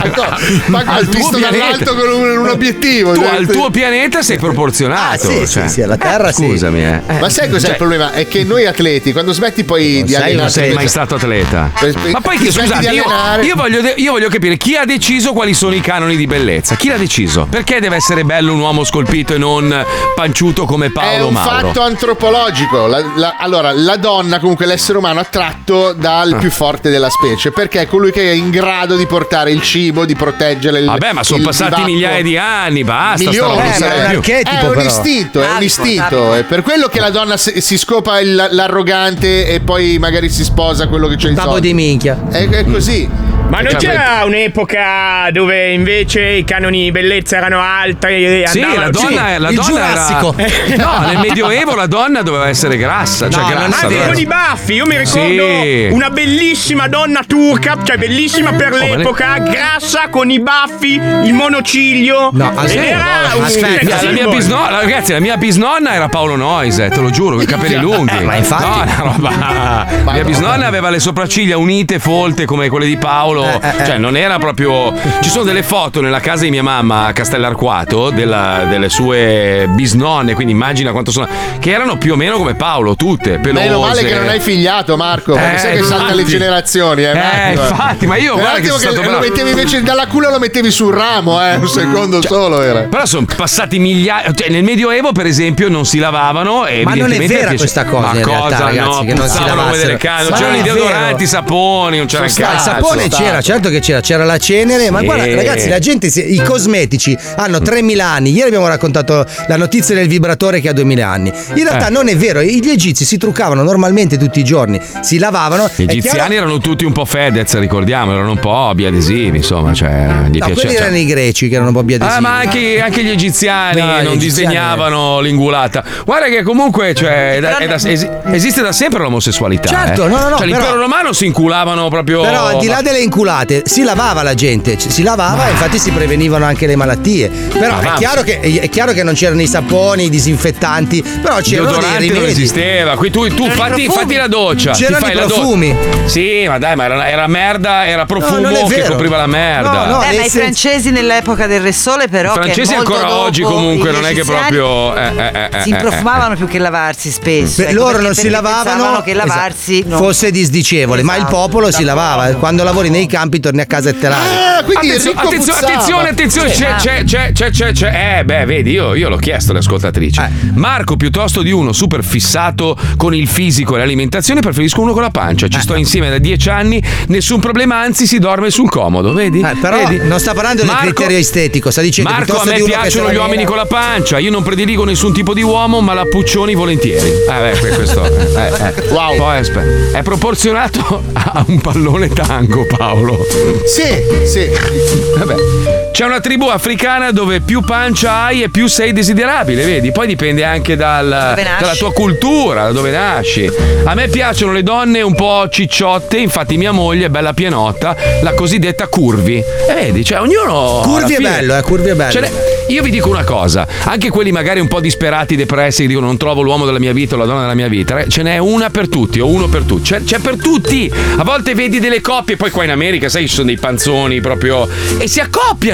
Ma Al tuo visto pianeta. dall'alto con un, un obiettivo. Tu cioè- al tuo pianeta sei proporzionato. Ah, sì, cioè. sì, sì, alla Terra sì. Scusami, eh. Ma sai cos'è Cioè, il problema? È che noi atleti, quando smetti poi di sei, non allenare. sei mai stato atleta. Ma poi che smetti di scusate, io, allenare. io voglio, de- io voglio capire chi ha deciso quali sono i canoni di bellezza. Chi l'ha deciso? Perché deve essere bello un uomo scolpito e non panciuto come È Paolo un Mauro? fatto antropologico. La- la- allora, la donna, comunque l'essere umano, è attratto dal Ah. più forte della specie perché è colui che è in grado di portare il cibo, di proteggere il. Vabbè, ma sono il passati bivacco. migliaia di anni, basta. sta roba Milioni, non eh, serve ma è un più. archetipo, è un istinto, è un istinto. È per quello che la donna si, si scopa il- l'arrogante e poi magari si sposa quello che c'è in Capo di minchia. È, è così. Ma non Cioè, c'era un'epoca dove invece i canoni di bellezza erano altri e Sì, andavano- la donna, la il donna Giurassico. era. No, nel Medioevo la donna doveva essere grassa. Cioè No, grassa. anche doveva- con i baffi, io mi ricordo Sì. una bellissima donna turca, cioè bellissima per l'epoca, grassa con i baffi, il monociglio. No, ed aspetta, era no, un aspetta, sex La mia symbol. bisnonna, ragazzi, la mia bisnonna era Paolo Noise, te lo giuro, con i capelli lunghi. Eh, ma infatti- No, una roba. Mia bisnonna aveva le sopracciglia unite, folte come quelle di Paolo. Eh, eh, eh. Cioè, non era proprio. Ci sono delle foto nella casa di mia mamma a Castellarquato della- delle sue bisnonne, quindi immagina quanto sono. Che erano più o meno come Paolo, tutte. Pelose. Meno male che non hai figliato, Marco, perché Eh, sai che salta le infatti. generazioni, eh. Eh, Marco, infatti, ma io Un guarda che attimo sono stato lo bravo. mettevi invece dalla culla lo mettevi sul ramo, eh, un secondo solo era. Però sono passati migliaia. Cioè, nel Medioevo, per esempio, non si lavavano. E Ma non è evidentemente vera piace- questa cosa, Ma in realtà, cosa? ragazzi, no, che non si puzzavano come delle lavassero. canne. Ma C'erano i non è deodoranti, vero. i saponi, non c'era il Sta- il cazzo. sapone c'era, certo che c'era, c'era la cenere, ma Sì. guarda ragazzi, la gente, si- i cosmetici hanno tremila anni. Ieri abbiamo raccontato la notizia del vibratore che ha duemila anni. In realtà Eh. non è vero, gli egizi si truccavano normalmente tutti i giorni, si lavavano. Gli È egiziani chiaro- erano tutti un po' Fedez, ricordiamo, erano un po' biadesivi, insomma, cioè, gli No, quelli piaceva. erano i greci che erano un po' biadesivi. Ah, ma anche, anche gli egiziani No, gli non egiziani- disegnavano l'ingulata. Guarda che comunque cioè, è da- è da- es- esiste da sempre l'omosessualità. Certo, eh. no, no, no, Cioè, l'impero però- romano si inculavano proprio. Però al di là delle inculate si lavava la gente, c- si lavava e infatti si prevenivano anche le malattie. Però Ma è va. chiaro, che, è chiaro che non c'erano i saponi, i disinfettanti, però Il c'erano dei deodorante non rimedi. esisteva. Qui tu, tu fatti, fatti la doccia. ti C'erano fai i la do- profumi. Sì, ma dai, ma era, era merda, era profumo non è che vero. copriva la merda. No, no, Eh, ma i l'essenza- francesi nell'epoca del Re Sole, però. I francesi che molto ancora dopo oggi comunque gli non è che egiziani proprio. eh, eh, eh, si eh, improfumavano più che lavarsi spesso. Per ecco, loro perché- non si perché lavavano pensavano che lavarsi esatto, non- fosse disdicevole, ma il popolo si lavava. Quando lavori nei campi torni a casa e te lavi. Ah, quindi Attenzio- Enrico attenzione, puzzava. attenzione, attenzione, Sì. c'è, c'è, c'è, c'è, c'è, c'è. Eh, beh, vedi, io, io l'ho chiesto alle ascoltatrici. Eh. Marco, piuttosto di uno super fissato con il fisico e l'alimentazione, preferisco uno con la pancia. Ci sto insieme da dieci anni, nessun problema, anzi si dorme sul comodo, vedi? Eh, però Vedi? non sta parlando del Marco- criterio estetico, sta dicendo Marco, a piuttosto me di uno che piacciono se gli la uomini mena. con la pancia. Io non prediligo nessun tipo di uomo, ma la Puccioni volentieri. Eh, beh, que- questo. Eh, eh. Wow. Poi, aspetta, è proporzionato a un pallone tango, Paolo. Sì, sì. Vabbè. C'è una tribù africana dove più pancia hai e più sei desiderabile, vedi? Poi dipende anche dal- Dove nasci. dalla tua cultura, da dove nasci. A me piacciono le donne un po' cicciotte, infatti mia moglie è bella pienotta, la cosiddetta curvy. E vedi, cioè ognuno. alla Curvy è fine- bello, eh, curvy è bello. Ce n'è- Io vi dico una cosa, anche quelli magari un po' disperati, depressi, che dicono non trovo l'uomo della mia vita o la donna della mia vita, ce n'è una per tutti o uno per tutti, c'è, c'è per tutti. A volte vedi delle coppie, poi qua in America sai ci sono dei panzoni proprio e si accoppiano.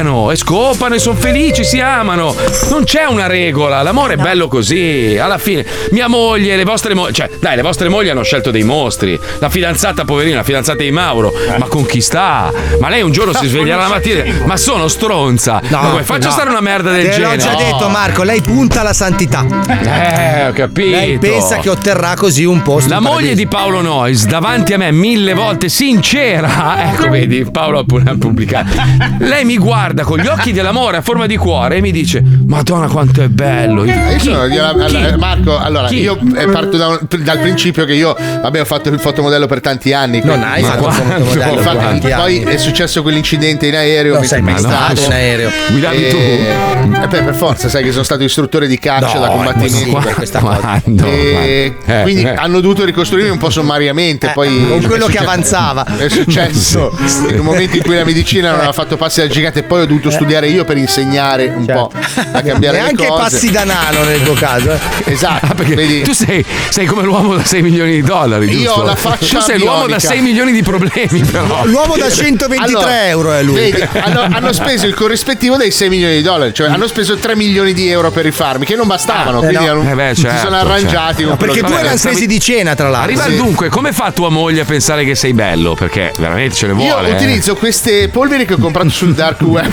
litigano e scopano e sono felici, si amano. Non c'è una regola, l'amore è bello così. Alla fine, mia moglie, le vostre mogli, cioè, dai, le vostre mogli hanno scelto dei mostri. La fidanzata, poverina, la fidanzata di Mauro, ma con chi sta? Ma lei un giorno si sveglierà la mattina, ma sono stronza. No, ma come faccio no. a stare una merda del Te genere? l'ho già No. detto, Marco, lei punta alla santità. Eh, ho capito. Lei pensa che otterrà così un posto. La in moglie paradiso. di Paolo Noyes davanti a me mille volte sincera, ecco vedi, Paolo ha pure pubblicato. Lei mi guarda con gli occhi dell'amore a forma di cuore e mi dice: Madonna quanto è bello. Io Chi? sono- io- allora, Marco, allora Chi? io eh, parto da un- dal principio che io vabbè ho fatto il fotomodelo per tanti anni. Non quindi- hai Ma fatto il quanto? fotomodello per Infatti, tanti poi anni. è successo quell'incidente in aereo. Non mi sei sono mai stato stato in aereo. Guidavi tu? Eh, beh, per forza, sai che sono stato istruttore di caccia No, da è combattimento. impossibile questa cosa. Quando? E Eh, quindi eh. hanno dovuto ricostruirmi un po' sommariamente. Poi con quello è che successo- avanzava. È successo in un momento in cui la medicina non aveva fatto passi al gigante, e poi ho dovuto studiare io per insegnare un po' a cambiare le Neanche cose. passi da nano nel tuo caso. eh. Esatto. Ah, perché vedi? tu sei, sei come l'uomo da sei milioni di dollari, Io giusto? ho la faccia Tu sei l'uomo da bionica. sei milioni di problemi, però. L'uomo da centoventitré Allora, euro è lui. Vedi, hanno, hanno speso il corrispettivo dei sei milioni di dollari, cioè hanno speso tre milioni di euro per rifarmi, che non bastavano, Eh, quindi no. hanno- Eh beh, si certo, sono arrangiati. certo. con No, perché quello tu che- erano spesi di cena, tra l'altro. Arriva Sì. dunque, come fa tua moglie a pensare che sei bello? Perché veramente ce ne Io vuole. eh. utilizzo queste polveri che ho comprato sul dark web.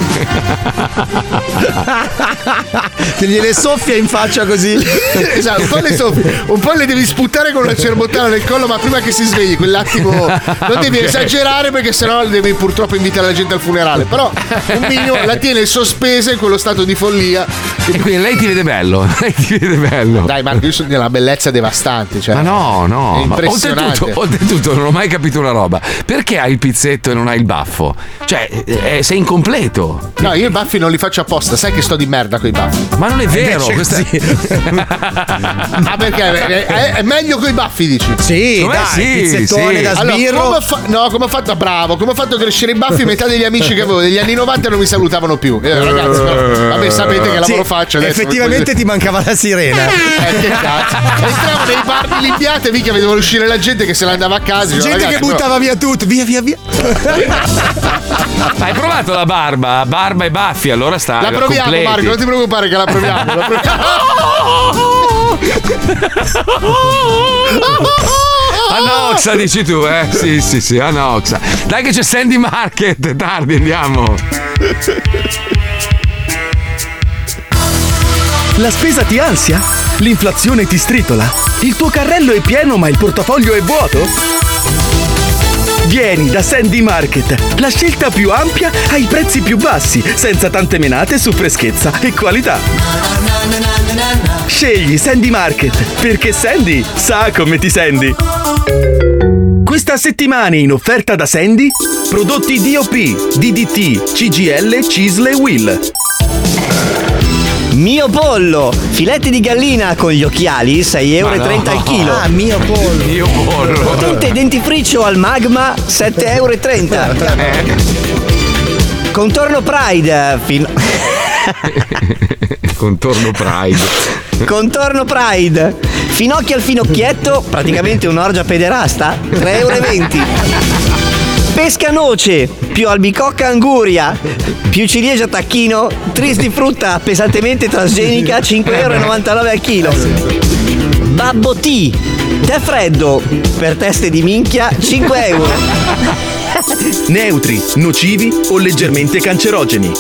Che gliele soffia in faccia così. Esatto, un po' le soffi, un po' le devi sputare con una cerbottana nel collo, ma prima che si svegli, quell'attimo non devi Ok. esagerare perché sennò devi purtroppo invitare la gente al funerale. Però un minimo la tiene sospesa in quello stato di follia. E quindi lei ti vede bello. Lei ti vede bello. Dai, Marco, io sono di una bellezza devastante. Cioè, Ma no, no, è ma impressionante. oltretutto, oltretutto non ho mai capito una roba. Perché hai il pizzetto e non hai il baffo? Cioè, eh, sei incompleto. No, io i baffi non li faccio apposta, sai che sto di merda con i baffi. Ma non è vero, Invece questa così. Ah, perché è, è- è meglio con i baffi, dici? Sì, Secondo me dai, sì, pizzettone sì. da Allora, sbirro. come ho fa- no, come ho fatto? Bravo, come ho fatto a crescere i baffi? Metà degli amici che avevo degli anni novanta non mi salutavano più. Eh, ragazzi, però, vabbè, sapete che lavoro Sì, faccio adesso. effettivamente ti mancava la sirena. Eh, che cazzo. Entravo nei bar di Limpiate, mica vedevo uscire la gente che se ne andava a casa. Dicevo, Gente che ragazzi, buttava via tutto. Via, via, via. Hai provato la barba? Barba e baffi, allora sta. La proviamo, completi. Marco, non ti preoccupare che la proviamo. La proviamo. Anoxa dici tu, eh? Sì, sì, sì, Anoxa. Dai che c'è Sandy Market, tardi, andiamo. La spesa ti ansia? L'inflazione ti stritola? Il tuo carrello è pieno ma il portafoglio è vuoto? Vieni da Sandy Market, la scelta più ampia ai prezzi più bassi, senza tante menate su freschezza e qualità. Scegli Sandy Market, perché Sandy sa come ti senti. Questa settimana in offerta da Sandy, prodotti D O P, D D T, C G L, Cisle e Will. Mio pollo, filetti di gallina con gli occhiali, sei euro e trenta al chilo. Ah, mio pollo. Mio pollo. Tinte dentifricio al magma, sette euro e trenta. Contorno Pride, fin- Contorno Pride. Contorno Pride, finocchi al finocchietto, praticamente un'orgia pederasta, tre euro e venti. Pesca noce, più albicocca anguria, più ciliegia tacchino, tris di frutta pesantemente transgenica, cinque euro e novantanove al chilo. Babbo T, tè freddo, per teste di minchia, cinque euro. Neutri, nocivi o leggermente cancerogeni.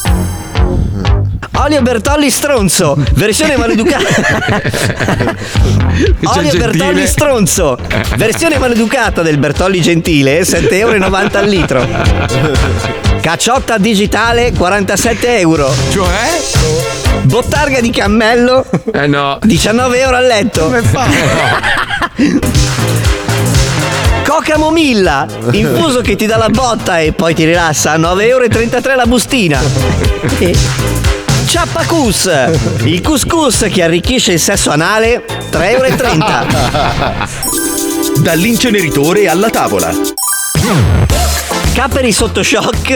Olio Bertolli stronzo, versione maleducata. Olio gentile. Bertolli stronzo, versione maleducata del Bertolli gentile, sette euro e novanta al litro. Cacciotta digitale, quarantasette euro. Cioè? Bottarga di cammello, Eh no. diciannove euro al letto. Come fa? Coca Momilla, infuso che ti dà la botta e poi ti rilassa, nove euro e trentatré la bustina. E Ciappacus, il couscous che arricchisce il sesso anale, tre euro e trenta. Dall'inceneritore alla tavola. Caperi sotto shock.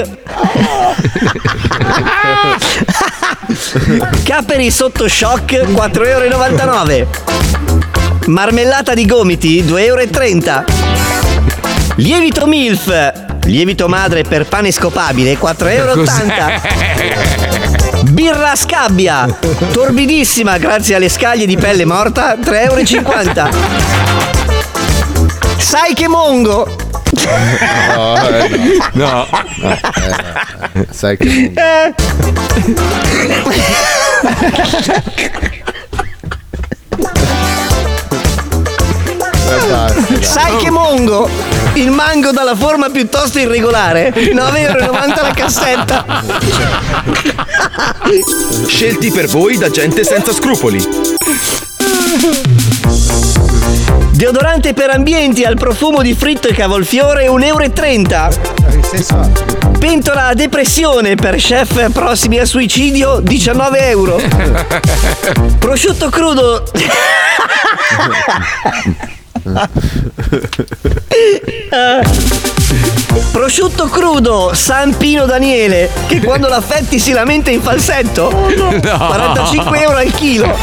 Caperi sotto shock, quattro euro e novantanove. Marmellata di gomiti, due euro e trenta. Lievito MILF, lievito madre per pane scopabile quattro euro e ottanta. Birra Scabbia, torbidissima grazie alle scaglie di pelle morta, tre euro e cinquanta. Sai che mongo? No, eh, no. no. no eh, sai che mongo. Sai che mongo? Il mango dalla forma piuttosto irregolare, nove euro e novanta la cassetta. Scelti per voi da gente senza scrupoli. Deodorante per ambienti al profumo di fritto e cavolfiore, un euro e trenta. Pentola a depressione per chef prossimi a suicidio, diciannove euro. Prosciutto crudo. Prosciutto crudo San Pino Daniele, che quando l'affetti si lamenta in falsetto, quarantacinque euro al chilo.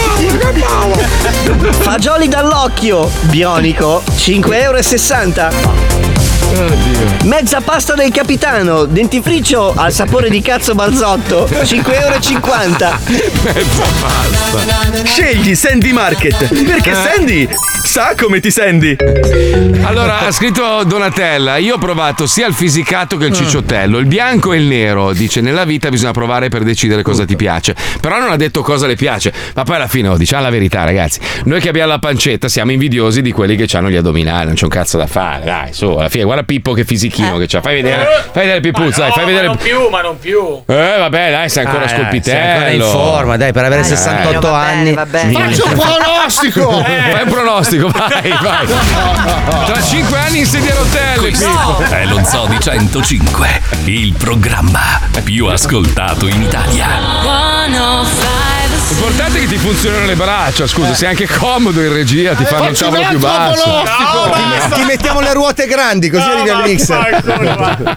Fagioli dall'occhio bionico, cinque euro e sessanta. Mezza pasta del capitano, dentifricio al sapore di cazzo barzotto, cinque euro e cinquanta. Mezza pasta. Scegli Sandy Market, perché Sandy sa come ti senti. Allora, ha scritto Donatella: io ho provato sia il fisicato che il cicciottello, il bianco e il nero. Dice: nella vita bisogna provare per decidere cosa ti piace. Però non ha detto cosa le piace. Ma poi alla fine, oh, diciamo la verità, ragazzi, noi che abbiamo la pancetta siamo invidiosi di quelli che hanno gli addominali. Non c'è un cazzo da fare, dai, su, alla fine guarda Pippo che fisichino che c'ha. Fai vedere, fai vedere Pippuzzo, dai, fai vedere. Ma non più, ma non più. Eh vabbè, dai, sei ancora Ah, scolpitello. sei ancora in forma, dai, per avere Eh, sessantotto va anni. Faccio un pronostico! Eh. Fai un pronostico, vai, vai. Tra cinque anni in sedia a rotelle, Pippo. È lo Zoo di centocinque, il programma più ascoltato in Italia. L'importante è che ti funzionano le braccia, scusa, sei anche comodo in regia, ti fanno il Faccio tavolo un più altro basso. pronostico. No, Ti- basta. ti mettiamo le ruote grandi, così arrivi al mixer.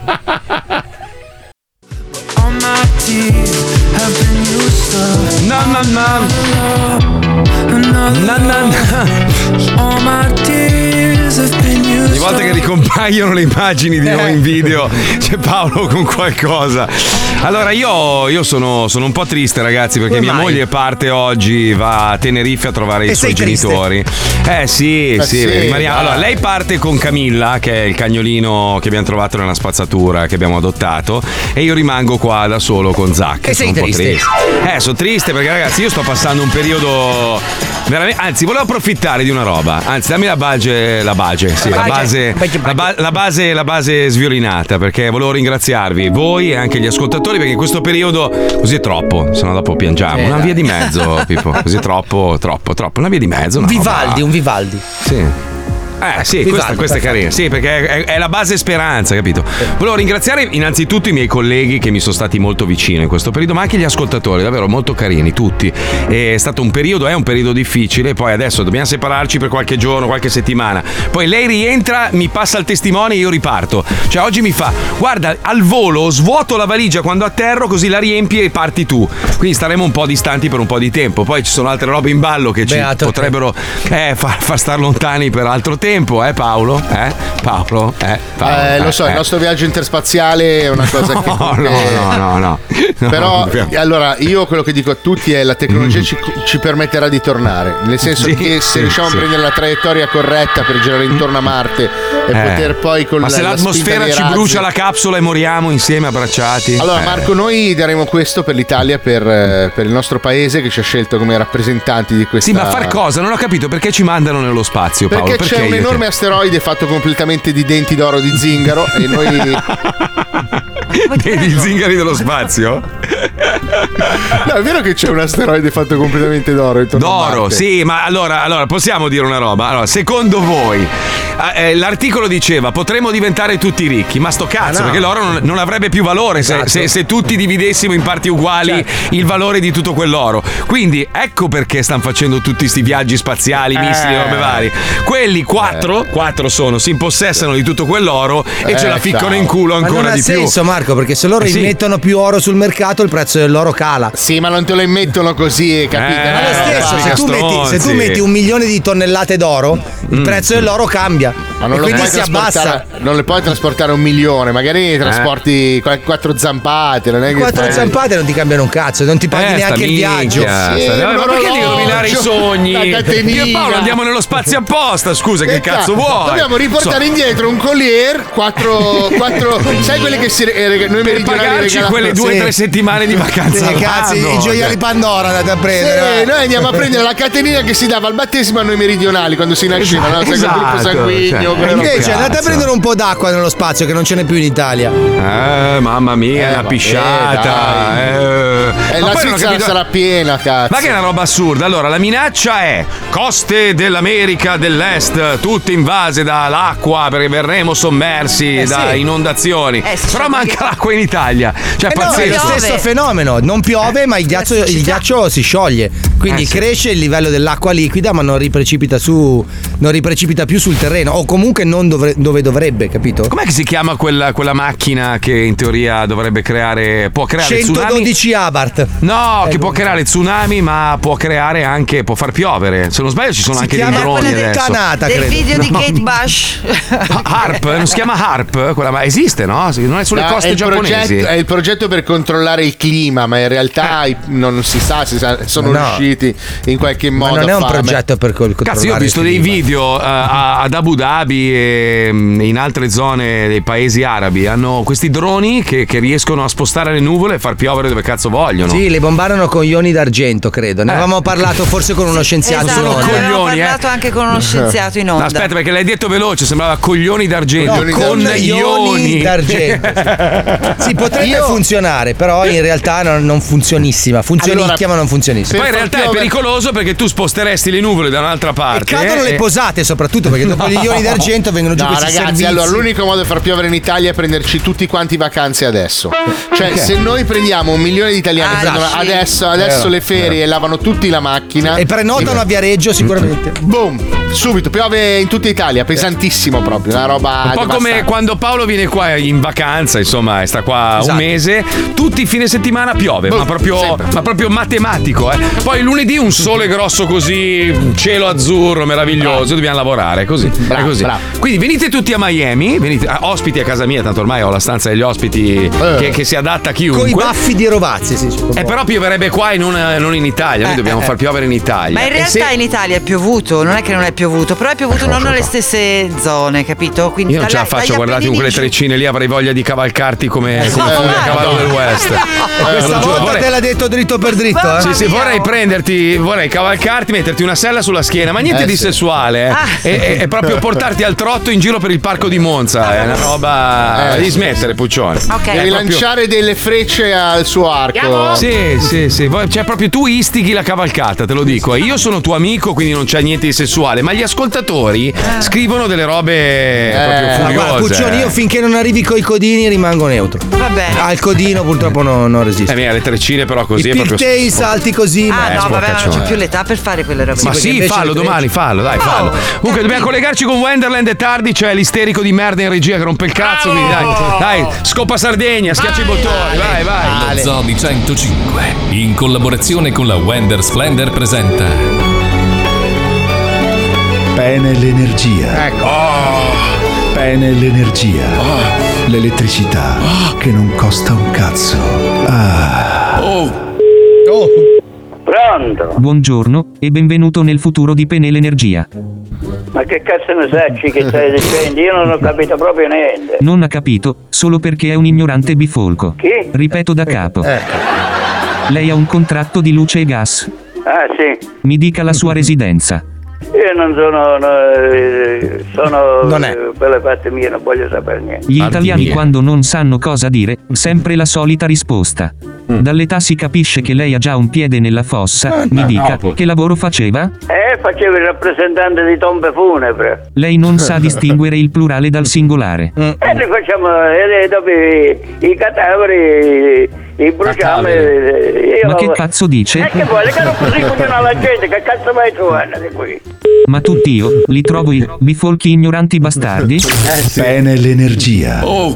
No, no, no. No, no, Ogni volta che ricompaiono le immagini di noi in video c'è Paolo con qualcosa. Allora io, io sono, sono un po' triste, ragazzi, perché Come mia mai? moglie parte oggi, va a Tenerife a trovare E i suoi sei triste? genitori. Eh sì, Eh sì, sì, rimaniamo- dai. allora lei parte con Camilla, che è il cagnolino che abbiamo trovato nella spazzatura, che abbiamo adottato, e io rimango qua da solo con Zac. E Sono sei un po' triste? Eh, sono triste perché, ragazzi, io sto passando un periodo veramente. Anzi, volevo approfittare di una roba. Anzi, dammi la base, la base, sì, la base, la, ba- la base, la base sviolinata, perché volevo ringraziarvi voi e anche gli ascoltatori, perché in questo periodo così è troppo, se no dopo piangiamo. Sì, Una dai. via di mezzo, Pippo. Così è troppo, troppo, troppo. Una via di mezzo. Un una Vivaldi, roba- un Vivaldi. Sì. Eh sì, Vivaldi, questa, questa è carina. Sì, perché è, è la base speranza, capito? Volevo ringraziare innanzitutto i miei colleghi che mi sono stati molto vicini in questo periodo, ma anche gli ascoltatori, davvero molto carini, tutti. È stato un periodo, è un periodo difficile, poi adesso dobbiamo separarci per qualche giorno, qualche settimana. Poi lei rientra, mi passa il testimone e io riparto. Cioè oggi mi fa: guarda, al volo svuoto la valigia quando atterro, così la riempi e parti tu. Quindi staremo un po' distanti per un po' di tempo. Poi ci sono altre robe in ballo che ci Beato te. potrebbero eh, far, far star lontani per altro tempo, eh Paolo? Eh? Paolo? Eh? Paolo? Eh, lo so, eh, il nostro viaggio interspaziale è una cosa che. No, no, no, no, no. Però, No, allora, io quello che dico a tutti è: la tecnologia ci, ci permetterà di tornare. Nel senso Sì, che se sì, riusciamo sì. a prendere la traiettoria corretta per girare intorno a Marte e Eh. poter poi con Ma la, se la l'atmosfera spinta dei ci razzi- brucia la capsula e moriamo insieme abbracciati? Allora, Eh. Marco, noi daremo questo per l'Italia, per, eh, per il nostro paese che ci ha scelto come rappresentanti di questa. Sì, ma far cosa? Non ho capito perché ci mandano nello spazio, Paolo. Perché, c'è un io enorme te- asteroide fatto completamente di denti d'oro di zingaro e noi. Dei zingari dello spazio? No, è vero che c'è un asteroide fatto completamente d'oro intorno a D'oro, Marte. sì, ma allora, allora possiamo dire una roba. Allora, secondo voi, eh, l'articolo diceva potremmo diventare tutti ricchi, ma sto cazzo, Ah, no. perché l'oro non, non avrebbe più valore se, Esatto. se- se tutti dividessimo in parti uguali Certo. il valore di tutto quell'oro. Quindi ecco perché stanno facendo tutti sti viaggi spaziali, missili, Eh. robe varie. Quelli quattro, quattro sono, si impossessano di tutto quell'oro e Eh, ce la ficcano ciao. in culo Ma ancora non ha di più. senso, Marco. Marco, perché se loro Eh sì. immettono più oro sul mercato il prezzo dell'oro cala. Sì, ma non te lo immettono così, capite? Ma lo No, stesso, dai. se tu, metti, se tu metti un milione di tonnellate d'oro, il prezzo dell'oro cambia. Ma non, e lo quindi puoi si abbassa. trasportare- non le puoi trasportare un milione, magari trasporti qua- quattro zampate. Non è che Quattro fai- zampate non ti cambiano un cazzo, non ti paghi Eh, neanche sta il viaggio. minchia, Sì, sta- un ma perché devi orologio, rovinare i sogni? la catenina. Io e Paolo andiamo nello spazio apposta, scusa, che Eh, cazzo vuoi? Dobbiamo riportare So- indietro un collier, quattro, quattro sai quelli che si, eh, rega- noi per meridionali pagarci regaliamo- quelle due o Sì. tre settimane di vacanza. Sì, cazzi, all'anno. i gioielli Pandora andate a prendere. Sì, noi andiamo a prendere la catenina che si dava al battesimo a noi meridionali quando si nasceva, no? Sai, quel Esatto, gruppo sanguigno. cioè, quelle robe. Invece andate a Cazzo. prendere un po' d'acqua nello spazio che non ce n'è più in Italia. Eh, mamma mia, Eh, una vabbè, pisciata. dai. eh. E Ma la poi non ho Svizzera capito- sarà piena, cazzo. Ma che è una roba assurda. Allora, la minaccia è coste dell'America dell'Est, tutte invase dall'acqua perché verremo sommersi Eh, da sì. inondazioni. Eh, sì, Però manca perché- l'acqua in Italia. Cioè, Eh no, è lo pazzesco. stesso fenomeno, non piove ma il ghiaccio, il ghiaccio si scioglie, quindi Eh, sì. cresce il livello dell'acqua liquida ma non riprecipita su, non riprecipita più sul terreno o comunque non dovre- dove dovrebbe, capito? Com'è che si chiama quella, quella macchina che in teoria dovrebbe creare, può creare tsunami? centododici Abarth. No, Eh, che può creare tsunami, ma può creare anche, può far piovere. Se non sbaglio, ci sono Si anche dei chiama droni quella adesso. tanata, Del credo. video di No. Kate Bush. Harp, non si chiama Harp? Quella, ma esiste, no? Non è sulle No, coste è il giapponesi. progetto- è il progetto per controllare il clima, ma in realtà i- non si sa se sa- sono No. riusciti in qualche Ma modo non è a un farlo. progetto per col- controllare Cazzo, io ho visto il dei clima. video eh, a- ad Abu Dhabi e mm, in altre zone dei paesi arabi. Hanno questi droni che, che riescono a spostare le nuvole e far piovere dove cazzo vogliono. Sì, le bombardano con ioni d'argento, credo. Ne Eh. avevamo parlato forse con uno scienziato. Esatto, in onda. ne avevamo coglioni, eh. parlato anche con uno scienziato in No, onda. aspetta, perché l'hai detto veloce, sembrava coglioni d'argento. No, con ioni d'argento. Sì, potrebbe Io- funzionare, però in realtà non, non funzionissima. Funzionicchia, Allora, ma non funzionissima. Poi in realtà è pericoloso perché tu sposteresti le nuvole da un'altra E parte. cadono eh, le e- posate, soprattutto perché dopo gli ioni d'argento vengono giù No, questi ragazzi, servizi. allora l'unico modo di far piovere in Italia è prenderci tutti quanti vacanze adesso. Cioè, Perché? se noi prendiamo un milione di italiani Ah, prendono sì. adesso, adesso Vero, le ferie e lavano tutti la macchina. E prenotano a Viareggio sicuramente. Boom! Subito, piove in tutta Italia, pesantissimo proprio, una roba. Un po' come devastante. quando Paolo viene qua in vacanza, insomma, e sta qua Esatto. un mese, tutti i fine settimana piove, Boh, ma, proprio, sempre. ma proprio matematico. Eh. Poi lunedì un sole grosso così, cielo azzurro, meraviglioso, dobbiamo lavorare, così. Bravo, è così. bravo. Quindi venite tutti a Miami, venite, ah, ospiti a casa mia, tanto ormai ho la stanza degli ospiti che, che si adatta a chiunque. Con i baffi di Rovazzi, sì. Eh, però pioverebbe qua e non, non in Italia, noi Eh, dobbiamo eh, far piovere in Italia. Ma in E realtà se- in Italia è piovuto, non è che non è piovuto, però è piovuto non nelle stesse zone, capito? Quindi Io non ce la dalla- faccio dagli a guardarti con quelle Appennini giù. treccine lì, avrei voglia di cavalcarti come, Eh, come sì. fu Eh, a cavallo no. del West. Questa Eh, volta vorrei- te l'ha detto dritto per dritto, eh? Sì, sì, vorrei prenderti, vorrei cavalcarti, metterti una sella sulla schiena, ma niente Eh, di sì. sessuale, eh. Ah. E, e- e proprio portarti al trotto in giro per il parco di Monza. È una roba Eh, di sì, smettere, Puccione. Ok. Devi È proprio- lanciare delle frecce al suo arco. Sì, sì, sì. Poi- Cioè, proprio tu istighi la cavalcata, te lo dico. E io sono tuo amico, quindi non c'è niente di sessuale. Ma gli ascoltatori scrivono delle robe proprio Ma furiose. guarda, Puccioni, io finché non arrivi coi codini rimango neutro. Va bene. Al codino purtroppo no- non Eh, resisto. mia, le treccine, però così I è proprio. pigtail salti così, Ah ma no, vabbè, ma non sporcaccione. c'è più l'età per fare quelle robe. Ma perché sì, invece fallo le domani, fallo, dai, fallo. Comunque dobbiamo collegarci con Wenderland e tardi, c'è l'isterico di merda in regia che rompe il cazzo, quindi dai, dai, scopa Sardegna, schiaccia i bottoni, vai, vai. Lo Zoo di centocinque, in collaborazione con la Wender Splendor, presenta Pene l'energia. Ecco. Pene l'energia. L'elettricità che non costa un cazzo. Ah. Oh. Pronto? Buongiorno e benvenuto nel futuro di Penel Energia. Ma che cazzo ne sai che stai dicendo? Io non ho capito proprio niente. Non ha capito, solo perché è un ignorante bifolco. Chi? Ripeto da capo. Lei ha un contratto di luce e gas. Ah sì, Mi dica la sua residenza. io non sono, no, eh, sono Non è. eh, per le parti mie, non voglio sapere niente. Gli Parti italiani mie. quando non sanno cosa dire, sempre la solita risposta. Dall'età si capisce che lei ha già un piede nella fossa. Mi dica, che lavoro faceva? Eh, facevo il rappresentante di tombe funebre. Lei non sa distinguere il plurale dal singolare. E noi facciamo, e dopo i, i cadaveri, i bruciamo. e- Io, Ma che cazzo E dice? che vuole che non così funziona la gente, che cazzo vai trovando di qui? Ma tutti io li trovo i bifolchi ignoranti bastardi? Pene l'energia. Oh.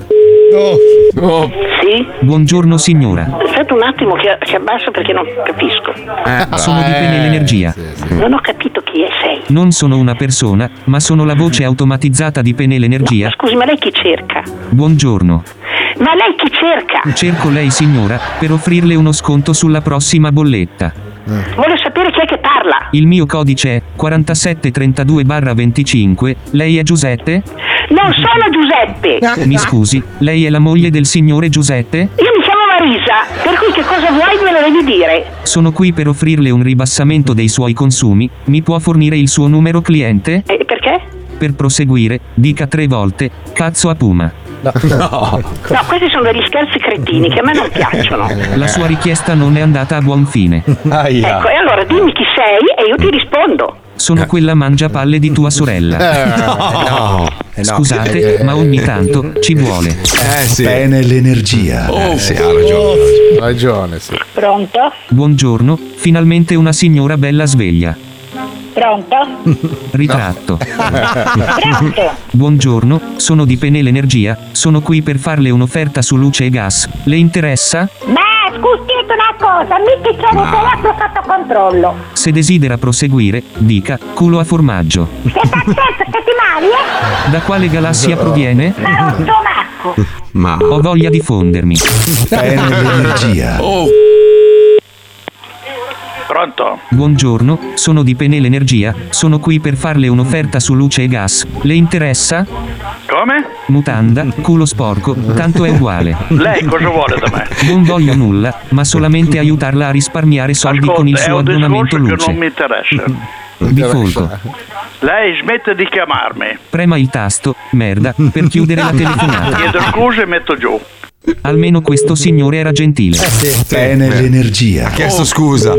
Oh. Oh. Sì? Buongiorno signora. Aspetta un attimo che, che abbasso perché non capisco. Sono di Penel Energia. Non ho capito chi è sei. Non sono una persona, ma sono la voce automatizzata di Penel Energia. Scusi, ma lei chi cerca? Buongiorno. Ma lei chi cerca? Cerco lei signora, per offrirle uno sconto sulla prossima bolletta. Voglio sapere chi è che parla. Il mio codice è quarantasette trentadue venticinque. Lei è Giuseppe? Non sono Giuseppe. Mi scusi, lei è la moglie del signore Giuseppe? Io mi chiamo Marisa, per cui che cosa vuoi me lo devi dire. Sono qui per offrirle un ribassamento dei suoi consumi. Mi può fornire il suo numero cliente? E perché? Per proseguire, dica tre volte, cazzo a Puma. No. no, questi sono degli scherzi cretini che a me non piacciono. La sua richiesta non è andata a buon fine. Ecco, e allora dimmi chi sei e io ti rispondo. Sono quella mangiapalle di tua sorella. Eh, no. Scusate, ma ogni tanto ci vuole. Eh sì. Bene l'energia. Oh, sì, ha ragione. Ha ragione, sì. Pronto? Buongiorno, finalmente una signora bella sveglia. Pronto? Ritratto. Pronto? Buongiorno, sono di Penel Energia, sono qui per farle un'offerta su luce e gas. Le interessa? Ma scusi una cosa, mica c'è il telefono sotto controllo. Se desidera proseguire, dica culo a formaggio. Sei pazzesco che ti mali, eh? Da quale galassia proviene? Ma un stomacco. Ma ho voglia di fondermi. Penel Energia. Oh. Pronto? Buongiorno, sono di Penel Energia, sono qui per farle un'offerta su luce e gas. Le interessa? Come? Mutanda, culo sporco, tanto è uguale. Lei cosa vuole da me? Non voglio nulla, ma solamente aiutarla a risparmiare soldi Ascolta, con il è suo un abbonamento discorso luce. che non mi interessa. Vi folgo. Lei smette di chiamarmi. Prema il tasto, merda, per chiudere la telefonata. Chiedo scusa e metto giù. Almeno questo signore era gentile. Bene l'energia. Ha chiesto scusa.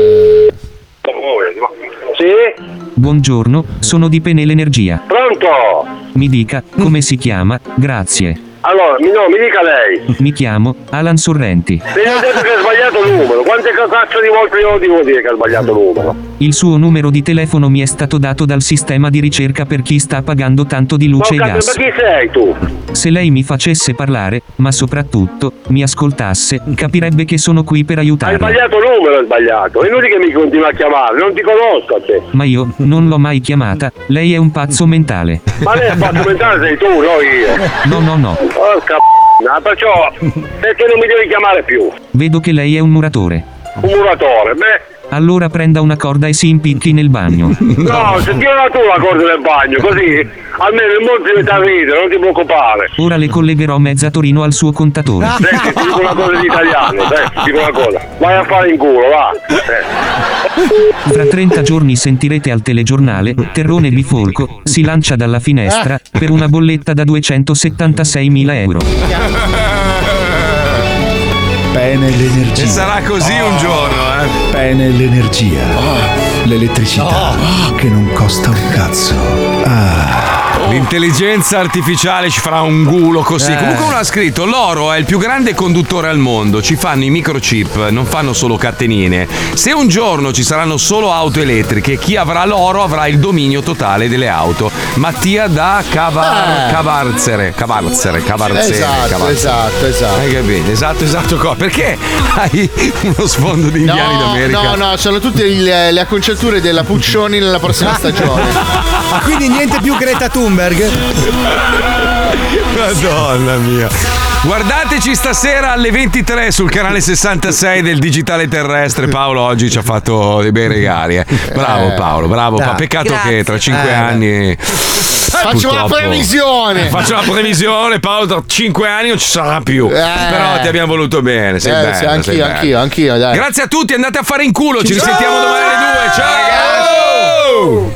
Sì? Buongiorno, sono di Penel Energia. Pronto? Mi dica, come si chiama? Grazie. Allora, no, mi dica lei. Mi chiamo Alan Sorrenti. Mi ha detto che ha sbagliato il numero. Quante cazzo di volte io devo dire che ha sbagliato il numero? Il suo numero di telefono mi è stato dato dal sistema di ricerca per chi sta pagando tanto di luce e Ma gas. chi sei tu? Se lei mi facesse parlare, ma soprattutto mi ascoltasse, capirebbe che sono qui per Hai aiutarla. sbagliato il numero, hai sbagliato. È inutile che mi continui a chiamare, non ti conosco a te. Ma io non l'ho mai chiamata, lei è un pazzo mentale. Ma lei è fatto mentale sei tu, no io. No, no, no. Porca p***a, perciò perché non mi devi chiamare più? Vedo che lei è un muratore. Un muratore, beh. Allora prenda una corda e si impicchi nel bagno. No, se tira tu la corda nel bagno, così almeno il mondo si mette a ridere, non ti preoccupare. Ora le collegherò mezza Torino al suo contatore. Senti, ti dico una cosa di italiano, senti, ti dico una cosa. Vai a fare in culo, va. Eh. Fra trenta giorni sentirete al telegiornale Terrone Bifolco si lancia dalla finestra per una bolletta da duecentosettantaseimila euro. Bene l'energia. E sarà così oh. un giorno, eh. Bene l'energia. Oh. L'elettricità oh. che non costa un cazzo. Ah. L'intelligenza artificiale ci farà un culo così. Eh. Comunque uno ha scritto: l'oro è il più grande conduttore al mondo. Ci fanno i microchip, non fanno solo catenine. Se un giorno ci saranno solo auto elettriche, chi avrà l'oro avrà il dominio totale delle auto. Mattia da Cavar- Eh. Cavarzere Cavarzere Cavarzere Esatto, Cavarzere. esatto, esatto. Hai capito? Esatto, esatto. co- Perché hai uno sfondo di indiani No, d'America? no, no, sono tutte le, le acconciature della Puccioni nella prossima stagione. Ah, quindi niente più Greta Thunberg? Madonna mia. Guardateci stasera alle ventitré sul canale sessantasei del Digitale Terrestre. Paolo oggi ci ha fatto dei bei regali. Eh. Bravo Paolo, bravo. Dai. Pa- Peccato Grazie. che tra cinque Eh, anni. Faccio una purtroppo- previsione. Faccio una previsione, Paolo, tra cinque anni non ci sarà più. Eh. Però ti abbiamo voluto bene. Sei Eh, bello, sì, sei anch'io, bello. anch'io, anch'io, dai. Grazie a tutti, andate a fare in culo. Ci Ciao. risentiamo domani alle due. Ciao!